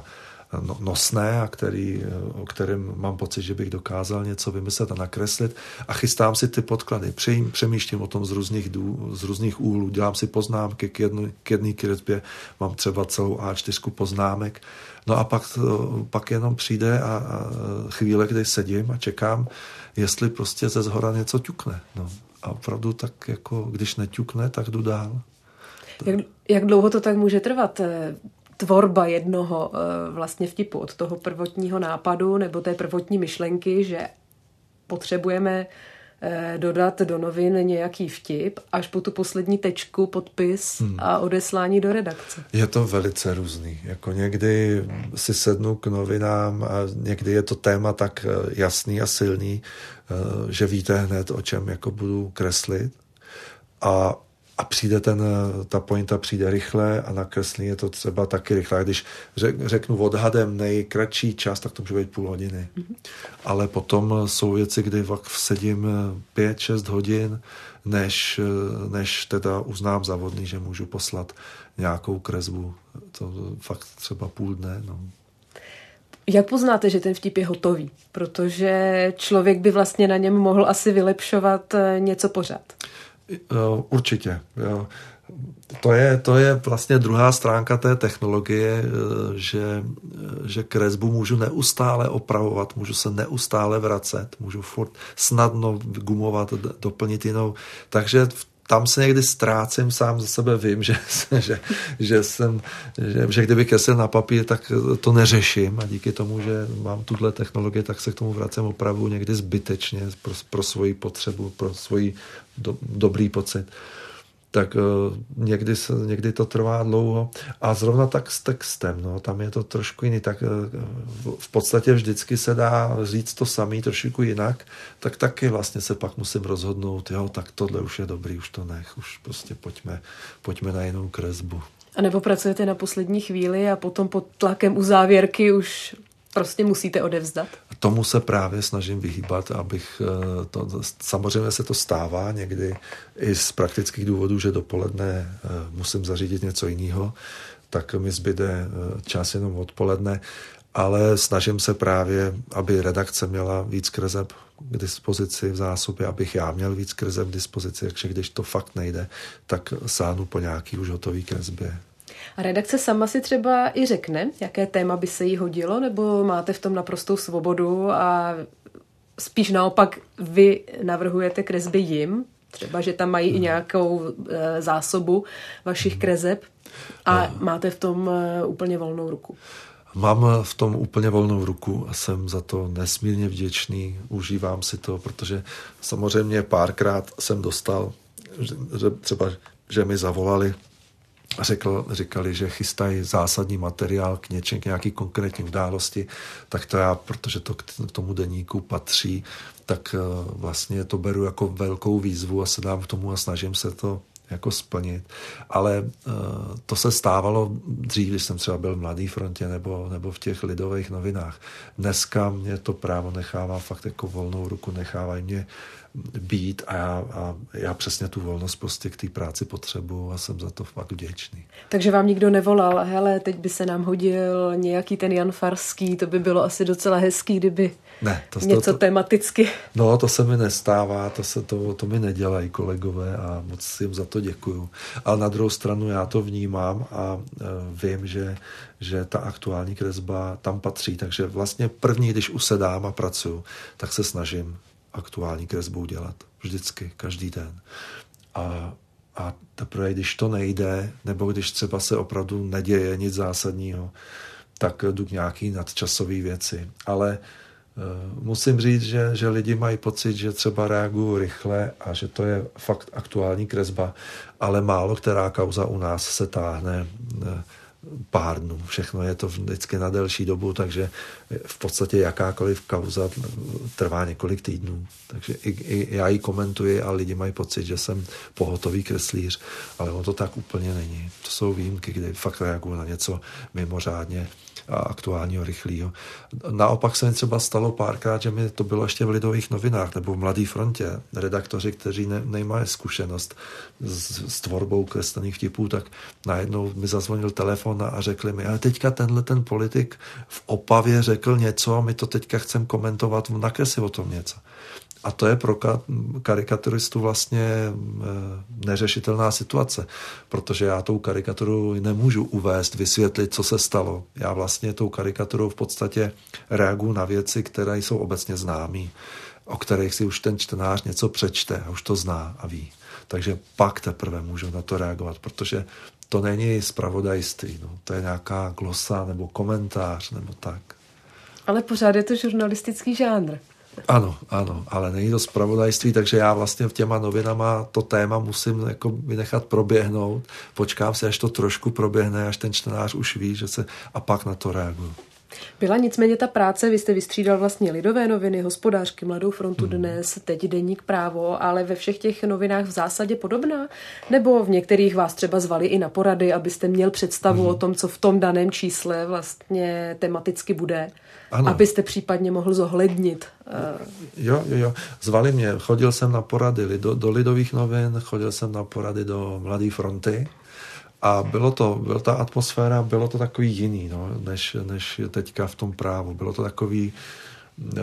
nosné a který, o kterém mám pocit, že bych dokázal něco vymyslet a nakreslit a chystám si ty podklady. Přemýšlím o tom z různých, z různých úhlů, dělám si poznámky k, jednu, k jedné kresbě, mám třeba celou á čtyři poznámek. No a pak, pak jenom přijde a, a chvíle, kdy sedím a čekám, jestli prostě ze zhora něco ťukne. No. A opravdu tak jako, když neťukne, tak jdu dál. Jak, jak dlouho to tak může trvat? Tvorba jednoho vlastně vtipu od toho prvotního nápadu nebo té prvotní myšlenky, že potřebujeme dodat do novin nějaký vtip, až po tu poslední tečku, podpis hmm. a odeslání do redakce. Je to velice různý. Jako někdy si sednu k novinám a někdy je to téma tak jasný a silný, že víte hned, o čem jako budu kreslit. A A přijde ten, ta pointa přijde rychle a nakreslení je to třeba taky rychle. Když řeknu odhadem nejkratší čas, tak to může být půl hodiny. Mm-hmm. Ale potom jsou věci, kdy sedím pět, šest hodin, než, než teda uznám za vhodný, že můžu poslat nějakou kresbu. To fakt třeba půl dne. No. Jak poznáte, že ten vtip je hotový? Protože člověk by vlastně na něm mohl asi vylepšovat něco pořád. Určitě. Jo. To je, to je vlastně druhá stránka té technologie, že, že kresbu můžu neustále opravovat, můžu se neustále vracet, můžu furt snadno gumovat, doplnit jinou. Takže tam se někdy ztrácím, sám za sebe vím, že, že, že, jsem, že, že kdybych kreslil na papír, tak to neřeším a díky tomu, že mám tuhle technologii, tak se k tomu vracím opravdu někdy zbytečně pro, pro svoji potřebu, pro svůj do, dobrý pocit. Tak uh, někdy, se, někdy to trvá dlouho a zrovna tak s textem, no, tam je to trošku jiný, tak uh, v podstatě vždycky se dá říct to samý trošku jinak, tak taky vlastně se pak musím rozhodnout, jo, tak tohle už je dobrý, už to nech, už prostě pojďme, pojďme na jinou kresbu. A nebo pracujete na poslední chvíli a potom pod tlakem u závěrky už prostě musíte odevzdat? Tomu se právě snažím vyhýbat, abych to, samozřejmě se to stává někdy i z praktických důvodů, že dopoledne musím zařídit něco jiného, tak mi zbyde čas jenom odpoledne, ale snažím se právě, aby redakce měla víc kreseb k dispozici v zásobě, abych já měl víc kreseb k dispozici, takže když to fakt nejde, tak sáhnu po nějaký už hotový kresbě. A redakce sama si třeba i řekne, jaké téma by se jí hodilo, nebo máte v tom naprostou svobodu a spíš naopak vy navrhujete kresby jim, třeba, že tam mají hmm. i nějakou e, zásobu vašich kreseb a no. máte v tom e, úplně volnou ruku? Mám v tom úplně volnou ruku a jsem za to nesmírně vděčný, užívám si to, protože samozřejmě párkrát jsem dostal, že, že třeba, že mi zavolali a řekl, říkali, že chystají zásadní materiál k něčem, k nějaký konkrétní události, tak to já, protože to k tomu deníku patří, tak vlastně to beru jako velkou výzvu a se dám k tomu a snažím se to jako splnit. Ale uh, to se stávalo dřív, když jsem třeba byl v Mladé frontě nebo, nebo v těch lidových novinách. Dneska mě to právo nechává fakt jako volnou ruku, nechávají mě být a já, a já přesně tu volnost prostě k té práci potřebuju a jsem za to fakt vděčný. Takže vám nikdo nevolal, hele, teď by se nám hodil nějaký ten Jan Farský, to by bylo asi docela hezký, kdyby ne, to, něco to, to, tematicky. No, to se mi nestává, to, se, to, to mi nedělají kolegové a moc jim za to děkuju. Ale na druhou stranu já to vnímám a e, vím, že, že ta aktuální kresba tam patří, takže vlastně první, když usedám a pracuju, tak se snažím aktuální kresbu dělat. Vždycky, každý den. A, a teprve, když to nejde, nebo když třeba se opravdu neděje nic zásadního, tak jdu k nějaký nadčasové věci. Ale uh, musím říct, že, že lidi mají pocit, že třeba reagují rychle a že to je fakt aktuální kresba, ale málo která kauza u nás se táhne uh, pár dnů. Všechno je to vždycky na delší dobu, takže v podstatě jakákoliv kauza trvá několik týdnů. Takže i, i já ji komentuji a lidi mají pocit, že jsem pohotový kreslíř, ale on to tak úplně není. To jsou výjimky, kdy fakt reaguju na něco mimořádně a aktuálního, rychlého. Naopak se mi třeba stalo párkrát, že mi to bylo ještě v Lidových novinách nebo v Mladé frontě. Redaktoři, kteří ne, nemají zkušenost s, s tvorbou kreslených vtipů, tak najednou mi zazvonil telefon a řekli mi, ale teďka tenhle ten politik v Opavě řekl něco a my to teďka chcem komentovat, nakresli o tom něco. A to je pro karikaturistu vlastně neřešitelná situace, protože já tou karikaturu nemůžu uvést, vysvětlit, co se stalo. Já vlastně tou karikaturou v podstatě reaguju na věci, které jsou obecně známé, o kterých si už ten čtenář něco přečte a už to zná a ví. Takže pak teprve můžu na to reagovat, protože to není zpravodajství, no. To je nějaká glosa nebo komentář nebo tak. Ale pořád je to žurnalistický žánr. Ano, ano, ale není to zpravodajství, takže já vlastně v těma novinama to téma musím jako vynechat proběhnout, počkám si, až to trošku proběhne, až ten čtenář už ví, že se, a pak na to reaguju. Byla nicméně ta práce, vy jste vystřídal vlastně Lidové noviny, Hospodářky, Mladou frontu hmm. dnes, teď Deník Právo, ale ve všech těch novinách v zásadě podobná? Nebo v některých vás třeba zvali i na porady, abyste měl představu hmm. o tom, co v tom daném čísle vlastně tematicky bude? Ano. Abyste případně mohl zohlednit. Jo, jo, jo. Zvali mě. Chodil jsem na porady do, do Lidových novin, chodil jsem na porady do Mladé fronty a bylo to, byla ta atmosféra, bylo to takový jiný, no, než, než teďka v tom Právu. Bylo to takový... Uh,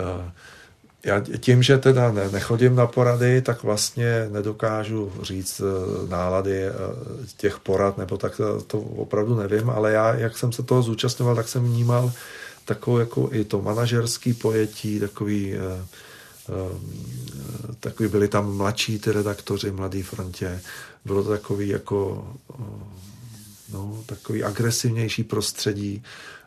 já tím, že teda ne, nechodím na porady, tak vlastně nedokážu říct uh, nálady uh, těch porad, nebo tak to, to opravdu nevím, ale já, jak jsem se toho zúčastňoval, tak jsem vnímal takovou jako i to manažerský pojetí, takový, uh, uh, takový byli tam mladší ty redaktoři v Mladé frontě, bylo to takový jako uh, no, takový agresivnější prostředí,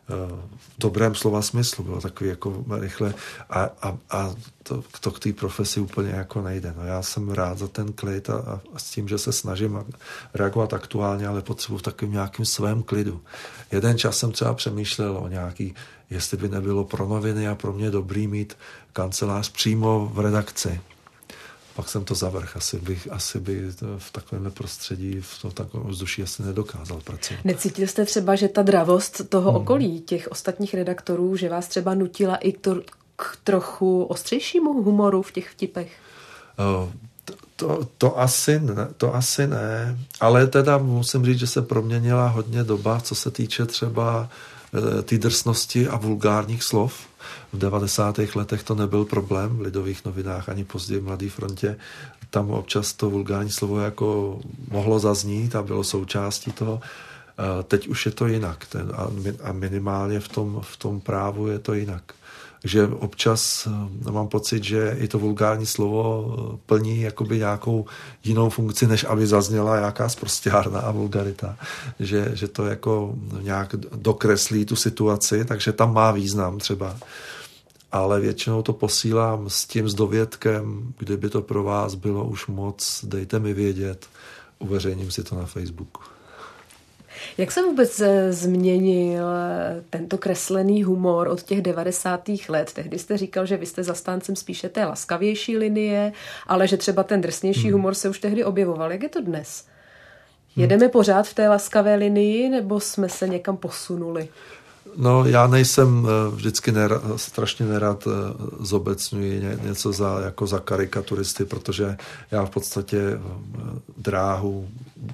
v dobrém slova smyslu, bylo takový jako rychle a, a, a to, to k té profesi úplně jako nejde. No, já jsem rád za ten klid a, a s tím, že se snažím reagovat aktuálně, ale potřebuji v takovým nějakým svém klidu. Jeden čas jsem třeba přemýšlel o nějaký, jestli by nebylo pro noviny a pro mě dobrý mít kancelář přímo v redakci. Pak jsem to zavrch. Asi bych, asi by v takovém prostředí, v tom takovém vzduší asi nedokázal pracovat. Necítil jste třeba, že ta dravost toho hmm. okolí, těch ostatních redaktorů, že vás třeba nutila i k, to, k trochu ostřejšímu humoru v těch vtipech? Uh, to, to, to, asi ne, to asi ne, ale teda musím říct, že se proměnila hodně doba, co se týče třeba té drsnosti a vulgárních slov. V devadesátých letech to nebyl problém v Lidových novinách ani později v Mladé frontě. Tam občas to vulgární slovo jako mohlo zaznít a bylo součástí toho. Teď už je to jinak a minimálně v tom, v tom Právu je to jinak. Takže občas mám pocit, že i to vulgární slovo plní jakoby nějakou jinou funkci, než aby zazněla nějaká sprosťárna a vulgarita. Že, že to jako nějak dokreslí tu situaci, takže tam má význam třeba. Ale většinou to posílám s tím s dovědkem, kdyby to pro vás bylo už moc, dejte mi vědět, uveřejním si to na Facebooku. Jak se vůbec změnil tento kreslený humor od těch devadesátých let? Tehdy jste říkal, že vy jste zastáncem spíše té laskavější linie, ale že třeba ten drsnější hmm. humor se už tehdy objevoval. Jak je to dnes? Jedeme hmm. pořád v té laskavé linii, nebo jsme se někam posunuli? No, já nejsem vždycky nerad, strašně nerad zobecňuji něco za, jako za karikaturisty, protože já v podstatě dráhu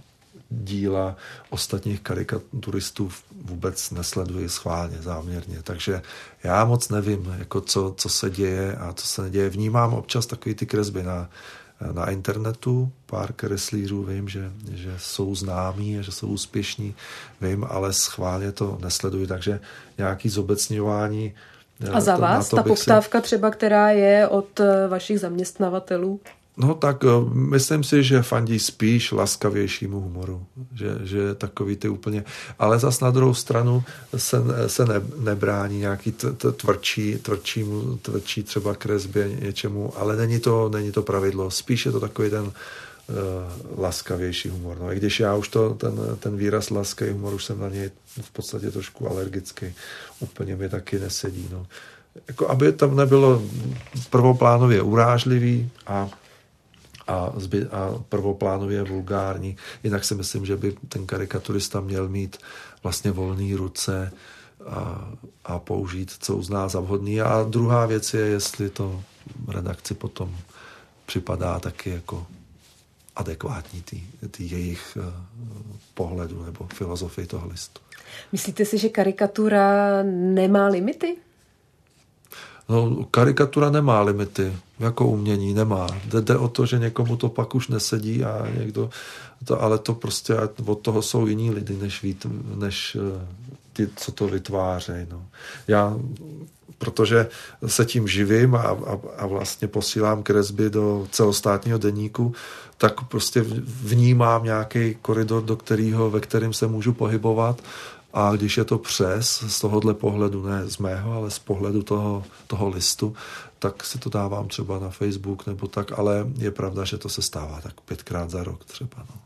díla ostatních karikaturistů vůbec nesleduji schválně, záměrně. Takže já moc nevím, jako co, co se děje a co se neděje. Vnímám občas takový ty kresby na, na internetu. Pár kreslířů vím, že, že jsou známí a že jsou úspěšní. Vím, ale schválně to nesleduji. Takže nějaký zobecňování. A za vás ta poptávka si... třeba, která je od vašich zaměstnavatelů? No tak myslím si, že fandí spíš laskavějšímu humoru, že, že takový ty úplně, ale zas na druhou stranu se, se ne, nebrání nějaký t, t, tvrdší, tvrdšímu, tvrdší třeba kresbě něčemu, ale není to, není to pravidlo, spíš je to takový ten laskavější humor. No, i když já už to, ten, ten výraz laskavý humor, už jsem na něj v podstatě trošku alergický. Úplně mi taky nesedí. No. Jako, aby tam nebylo prvoplánově urážlivý a, a, zby, a prvoplánově vulgární. Jinak si myslím, že by ten karikaturista měl mít vlastně volné ruce a, a použít, co uzná za vhodný. A druhá věc je, jestli to redakci potom připadá taky jako adekvátní tý, tý jejich uh, pohledu nebo filozofii toho listu. Myslíte si, že karikatura nemá limity? No, karikatura nemá limity, jako umění nemá. Jde, jde o to, že někomu to pak už nesedí a někdo, to, ale to prostě od toho jsou jiní lidi, než, vít, než ty, co to vytvářejí. No. Já, protože se tím živím a, a, a vlastně posílám kresby do celostátního deníku, tak prostě vnímám nějaký koridor, do kterého, ve kterém se můžu pohybovat. A když je to přes, z tohohle pohledu, ne z mého, ale z pohledu toho, toho listu, tak si to dávám třeba na Facebook nebo tak, ale je pravda, že to se stává tak pětkrát za rok třeba. No.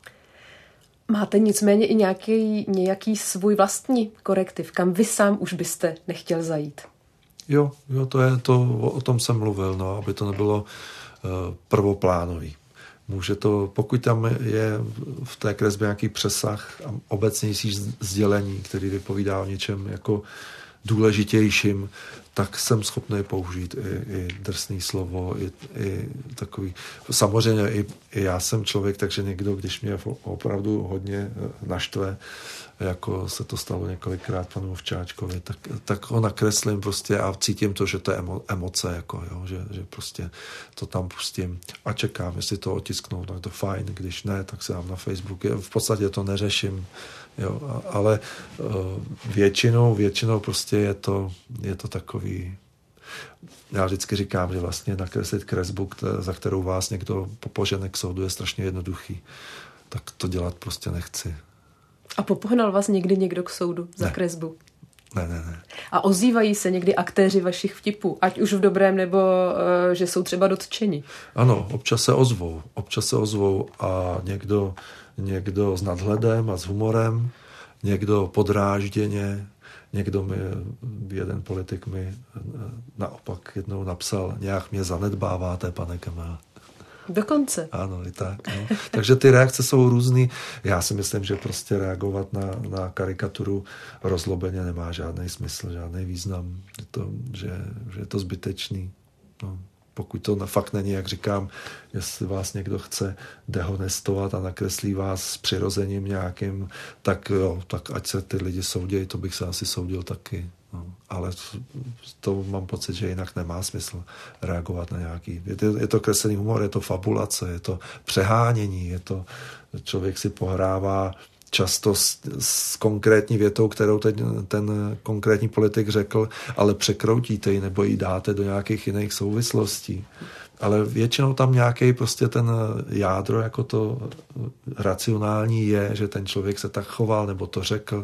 Máte nicméně i nějaký, nějaký svůj vlastní korektiv, kam vy sám už byste nechtěl zajít? Jo, jo to je to, o tom jsem mluvil, no, aby to nebylo uh, prvoplánový. Může to, pokud tam je v té kresbě nějaký přesah a obecnější sdělení, který vypovídá o něčem jako důležitějším, tak jsem schopný použít i, i drsný slovo, i, i takový. Samozřejmě i, i já jsem člověk, takže někdo, když mě opravdu hodně naštve, jako se to stalo několikrát panu Ovčáčkovi, tak, tak ho nakreslím prostě a cítím to, že to je emo, emoce, jako, jo, že, že prostě to tam pustím a čekám, jestli to otisknou, tak to fajn, když ne, tak se dám na Facebook. V podstatě to neřeším, jo, ale většinou, většinou prostě je to, je to takový. Já vždycky říkám, že vlastně nakreslit kresbu, za kterou vás někdo popožene k soudu, je strašně jednoduchý. Tak to dělat prostě nechci. A popohnal vás někdy někdo k soudu za ne. kresbu? Ne, ne, ne. A ozývají se někdy aktéři vašich vtipů, ať už v dobrém, nebo uh, že jsou třeba dotčeni? Ano, občas se ozvou. Občas se ozvou a někdo, někdo s nadhledem a s humorem, někdo podrážděně, někdo mi, jeden politik mi naopak jednou napsal, nějak mě zanedbáváte, pane Kemel. Dokonce. Ano, i tak. No. Takže ty reakce jsou různý. Já si myslím, že prostě reagovat na, na karikaturu rozlobeně nemá žádný smysl, žádný význam. Je to, že, že je to zbytečný. No. Pokud to fakt není, jak říkám, jestli vás někdo chce dehonestovat a nakreslí vás s přirozením nějakým, tak jo, tak ať se ty lidi soudějí, to bych se asi soudil taky. No, ale to mám pocit, že jinak nemá smysl reagovat na nějaký. Je to, je to kreslený humor, je to fabulace, je to přehánění, je to, člověk si pohrává často s, s konkrétní větou, kterou ten, ten konkrétní politik řekl, ale překroutíte ji nebo ji dáte do nějakých jiných souvislostí. Ale většinou tam nějaký prostě ten jádro, jako to racionální je, že ten člověk se tak choval nebo to řekl.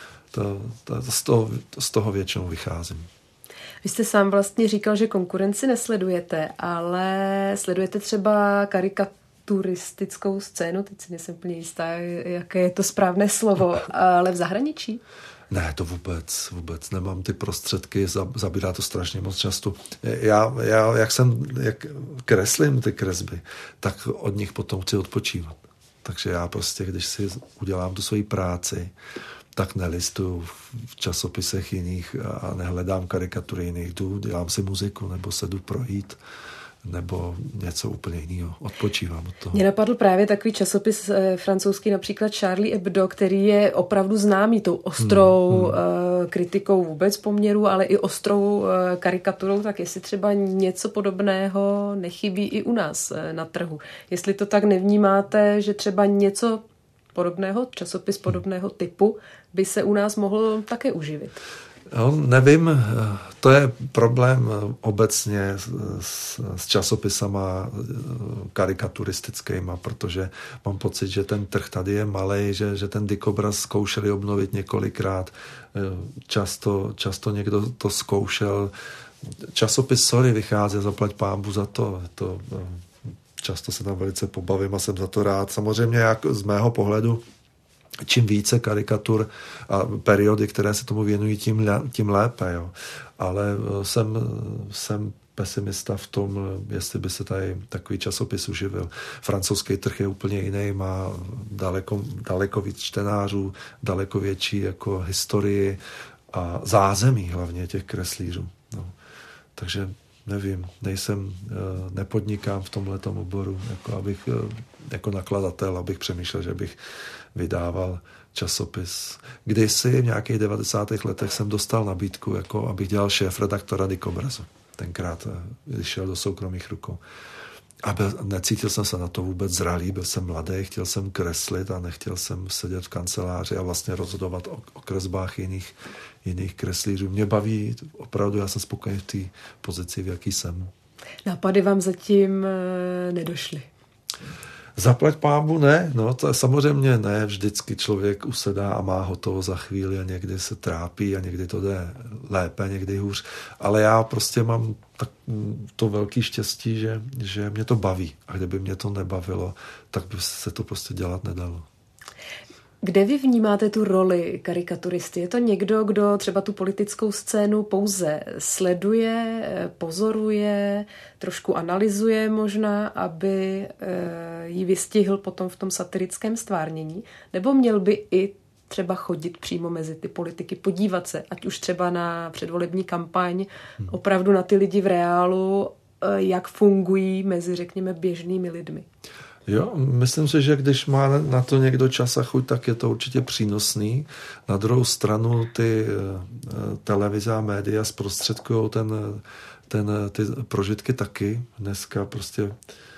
To, to, z, toho, z toho většinou vycházím. Vy jste sám vlastně říkal, že konkurenci nesledujete, ale sledujete třeba karikaturistickou scénu, teď si nejsem úplně jistá, jaké je to správné slovo, ale v zahraničí? Ne, to vůbec, vůbec. Nemám ty prostředky, zabírá to strašně moc často. Já, já jak jsem, jak kreslím ty kresby, tak od nich potom chci odpočívat. Takže já prostě, když si udělám tu svoji práci, tak nelistuju v časopisech jiných a nehledám karikatury jiných. Jdu, dělám si muziku, nebo se jdu projít, nebo něco úplně jiného. Odpočívám od toho. Mně napadl právě takový časopis eh, francouzský, například Charlie Hebdo, který je opravdu známý tou ostrou hmm, hmm. Eh, kritikou vůbec poměru, ale i ostrou eh, karikaturou, tak jestli třeba něco podobného nechybí i u nás eh, na trhu. Jestli to tak nevnímáte, že třeba něco podobného, časopis podobného typu by se u nás mohl také uživit? No, nevím, to je problém obecně s, s časopisama karikaturistickýma, protože mám pocit, že ten trh tady je malej, že, že ten dikobraz zkoušeli obnovit několikrát. Často, často někdo to zkoušel. Časopis, sorry, vychází, zaplať pánbu za to. To často se tam velice pobavím a jsem za to rád. Samozřejmě jak z mého pohledu, čím více karikatur a periody, které se tomu věnují, tím, tím lépe. Jo. Ale jsem, jsem pesimista v tom, jestli by se tady takový časopis uživil. Francouzský trh je úplně jiný, má daleko, daleko víc čtenářů, daleko větší jako historii a zázemí hlavně těch kreslířů. No. Takže nevím, nejsem, nepodnikám v tomhletom oboru, jako, abych, jako nakladatel, abych přemýšlel, že bych vydával časopis. Kdysi v nějakých devadesátých letech jsem dostal nabídku, jako abych dělal šéf redaktora Dikobrazu. Tenkrát, když šel do soukromých rukou. A byl, necítil jsem se na to vůbec zralý, byl jsem mladý, chtěl jsem kreslit a nechtěl jsem sedět v kanceláři a vlastně rozhodovat o, o kresbách jiných, jiných kreslířů. Mě baví, opravdu já jsem spokojený v té pozici, v jaký jsem. Nápady vám zatím nedošly? Zaplať pámbu ne, no to samozřejmě ne, vždycky člověk usedá a má hotovo za chvíli a někdy se trápí a někdy to jde lépe, někdy hůř, ale já prostě mám tak to velké štěstí, že, že mě to baví a kdyby mě to nebavilo, tak by se to prostě dělat nedalo. Kde vy vnímáte tu roli karikaturisty? Je to někdo, kdo třeba tu politickou scénu pouze sleduje, pozoruje, trošku analyzuje možná, aby ji vystihl potom v tom satirickém stvárnění? Nebo měl by i třeba chodit přímo mezi ty politiky, podívat se, ať už třeba na předvolební kampaň, opravdu na ty lidi v reálu, jak fungují mezi, řekněme, běžnými lidmi? Jo, myslím si, že když má na to někdo čas a chuť, tak je to určitě přínosný. Na druhou stranu ty televize a média zprostředkují ten, ten, ty prožitky taky. Dneska prostě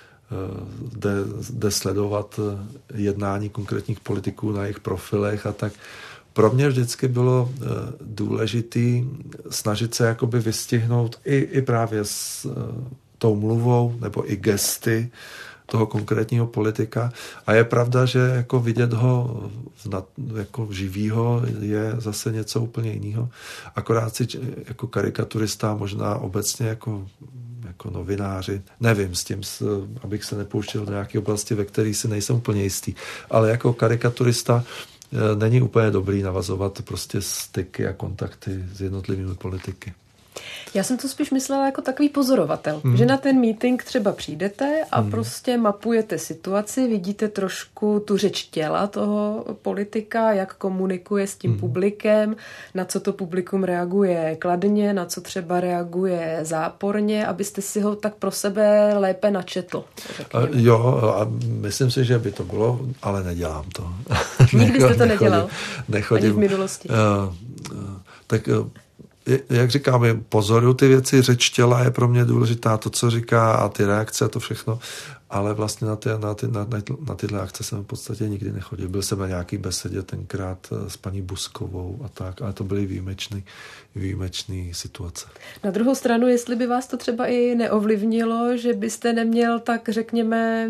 jde, jde sledovat jednání konkrétních politiků na jejich profilech a tak. Pro mě vždycky bylo důležité snažit se jakoby vystihnout i, i právě s tou mluvou nebo i gesty toho konkrétního politika. A je pravda, že jako vidět ho jako živýho je zase něco úplně jiného. Akorát si jako karikaturista, možná obecně jako, jako novináři, nevím s tím, abych se nepouštěl do nějaké oblasti, ve které si nejsem úplně jistý, ale jako karikaturista není úplně dobrý navazovat prostě styky a kontakty s jednotlivými politiky. Já jsem to spíš myslela jako takový pozorovatel, hmm. že na ten meeting třeba přijdete a hmm. prostě mapujete situaci, vidíte trošku tu řeč těla toho politika, jak komunikuje s tím hmm. publikem, na co to publikum reaguje kladně, na co třeba reaguje záporně, abyste si ho tak pro sebe lépe načetl. A jo, a myslím si, že by to bylo, ale nedělám to. Nikdy jste to nedělal? Nechodím. Ani v minulosti? Uh, uh, tak... Uh, jak říkám, pozoruju ty věci, řeč těla je pro mě důležitá, to, co říká a ty reakce a to všechno, ale vlastně na, ty, na, ty, na, na tyhle akce jsem v podstatě nikdy nechodil. Byl jsem na nějaký besedě tenkrát s paní Buskovou a tak, ale to byly výjimečný, výjimečný situace. Na druhou stranu, jestli by vás to třeba i neovlivnilo, že byste neměl tak, řekněme,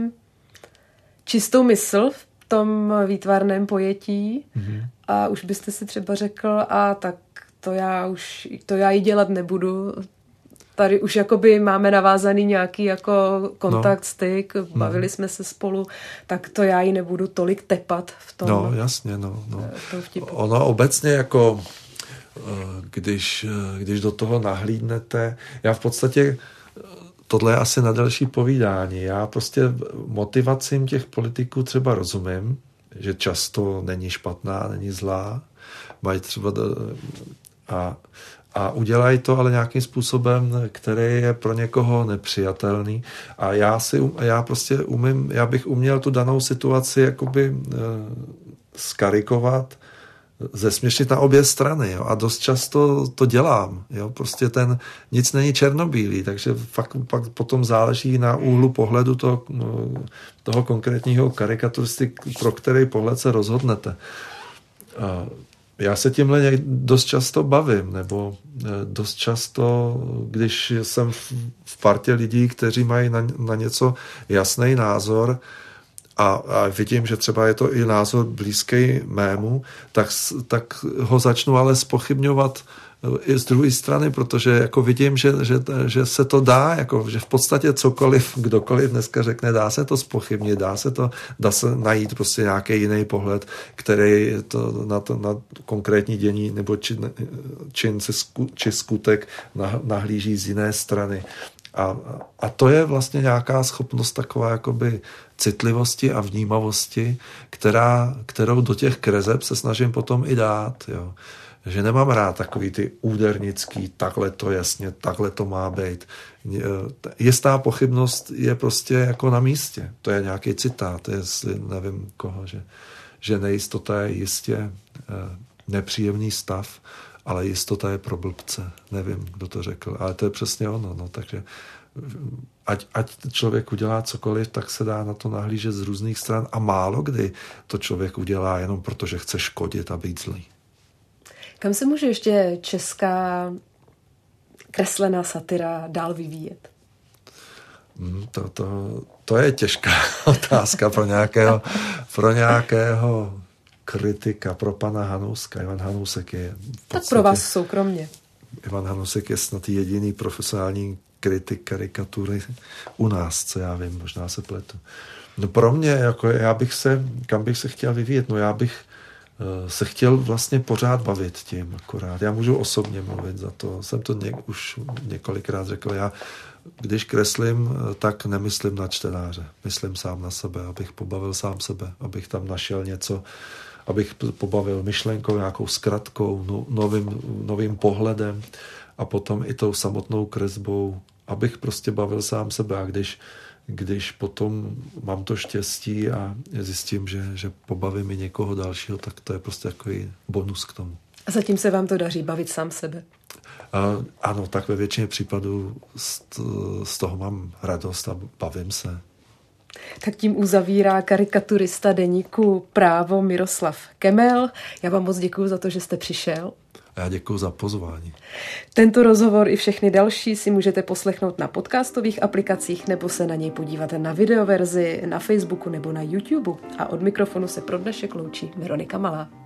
čistou mysl v tom výtvarném pojetí mm-hmm. a už byste si třeba řekl, a tak to já už, to já ji dělat nebudu. Tady už jakoby máme navázaný nějaký jako kontakt, no. styk, bavili jsme se spolu, tak to já ji nebudu tolik tepat v tom. No, jasně, no. no. Ono obecně jako, když, když do toho nahlídnete, já v podstatě, tohle je asi na další povídání, já prostě motivacím těch politiků třeba rozumím, že často není špatná, není zlá, mají třeba a, a udělají to ale nějakým způsobem, který je pro někoho nepřijatelný a já si, já prostě umím, já bych uměl tu danou situaci jakoby e, skarikovat, zesměšnit na obě strany, jo, a dost často to dělám, jo, prostě ten, nic není černobílý, takže fakt pak potom záleží na úhlu pohledu toho, toho konkrétního karikaturisty, pro který pohled se rozhodnete. A já se tímhle dost často bavím, nebo dost často, když jsem v partě lidí, kteří mají na, na něco jasný názor a, a vidím, že třeba je to i názor blízký mému, tak, tak ho začnu ale zpochybňovat i z druhé strany, protože jako vidím, že, že, že se to dá, jako, že v podstatě cokoliv, kdokoliv dneska řekne, dá se to zpochybnit, dá se to, dá se najít prostě nějaký jiný pohled, který to na, to, na konkrétní dění nebo čin, čin či skutek nahlíží z jiné strany. A, a to je vlastně nějaká schopnost taková jakoby citlivosti a vnímavosti, která, kterou do těch kreseb se snažím potom i dát. Jo. Že nemám rád takový ty údernický, takhle to jasně, takhle to má být. Jistá pochybnost je prostě jako na místě. To je nějaký citát, jestli nevím koho, že, že nejistota je jistě nepříjemný stav, ale jistota je pro blbce. Nevím, kdo to řekl, ale to je přesně ono. No, takže ať, ať člověk udělá cokoliv, tak se dá na to nahlížet z různých stran a málo kdy to člověk udělá jenom proto, že chce škodit a být zlý. Kam se může ještě česká kreslená satira dál vyvíjet? Hmm, to, to, to je těžká otázka pro nějakého, pro nějakého kritika, pro pana Hanouska. Ivan Hanousek je... Tak pro vás soukromně. Ivan Hanousek je snad jediný profesionální kritik karikatury u nás, co já vím, možná se pletu. No pro mě, jako já bych se, kam bych se chtěl vyvíjet, no já bych uh, se chtěl vlastně pořád bavit tím akorát. Já můžu osobně mluvit za to, jsem to něk, už několikrát řekl, já když kreslím, tak nemyslím na čtenáře, myslím sám na sebe, abych pobavil sám sebe, abych tam našel něco, abych pobavil myšlenkou, nějakou zkratkou, no, novým, novým pohledem a potom i tou samotnou kresbou, abych prostě bavil sám sebe a když, když potom mám to štěstí a zjistím, že, že pobavím i někoho dalšího, tak to je prostě takový bonus k tomu. A zatím se vám to daří bavit sám sebe? Uh, ano, tak ve většině případů z, z toho mám radost a bavím se. Tak tím uzavírá karikaturista deníku Právo Miroslav Kemel. Já vám moc děkuju za to, že jste přišel. A já děkuju za pozvání. Tento rozhovor i všechny další si můžete poslechnout na podcastových aplikacích nebo se na něj podívat na videoverzi na Facebooku nebo na YouTube. A od mikrofonu se pro dnešek loučí Veronika Malá.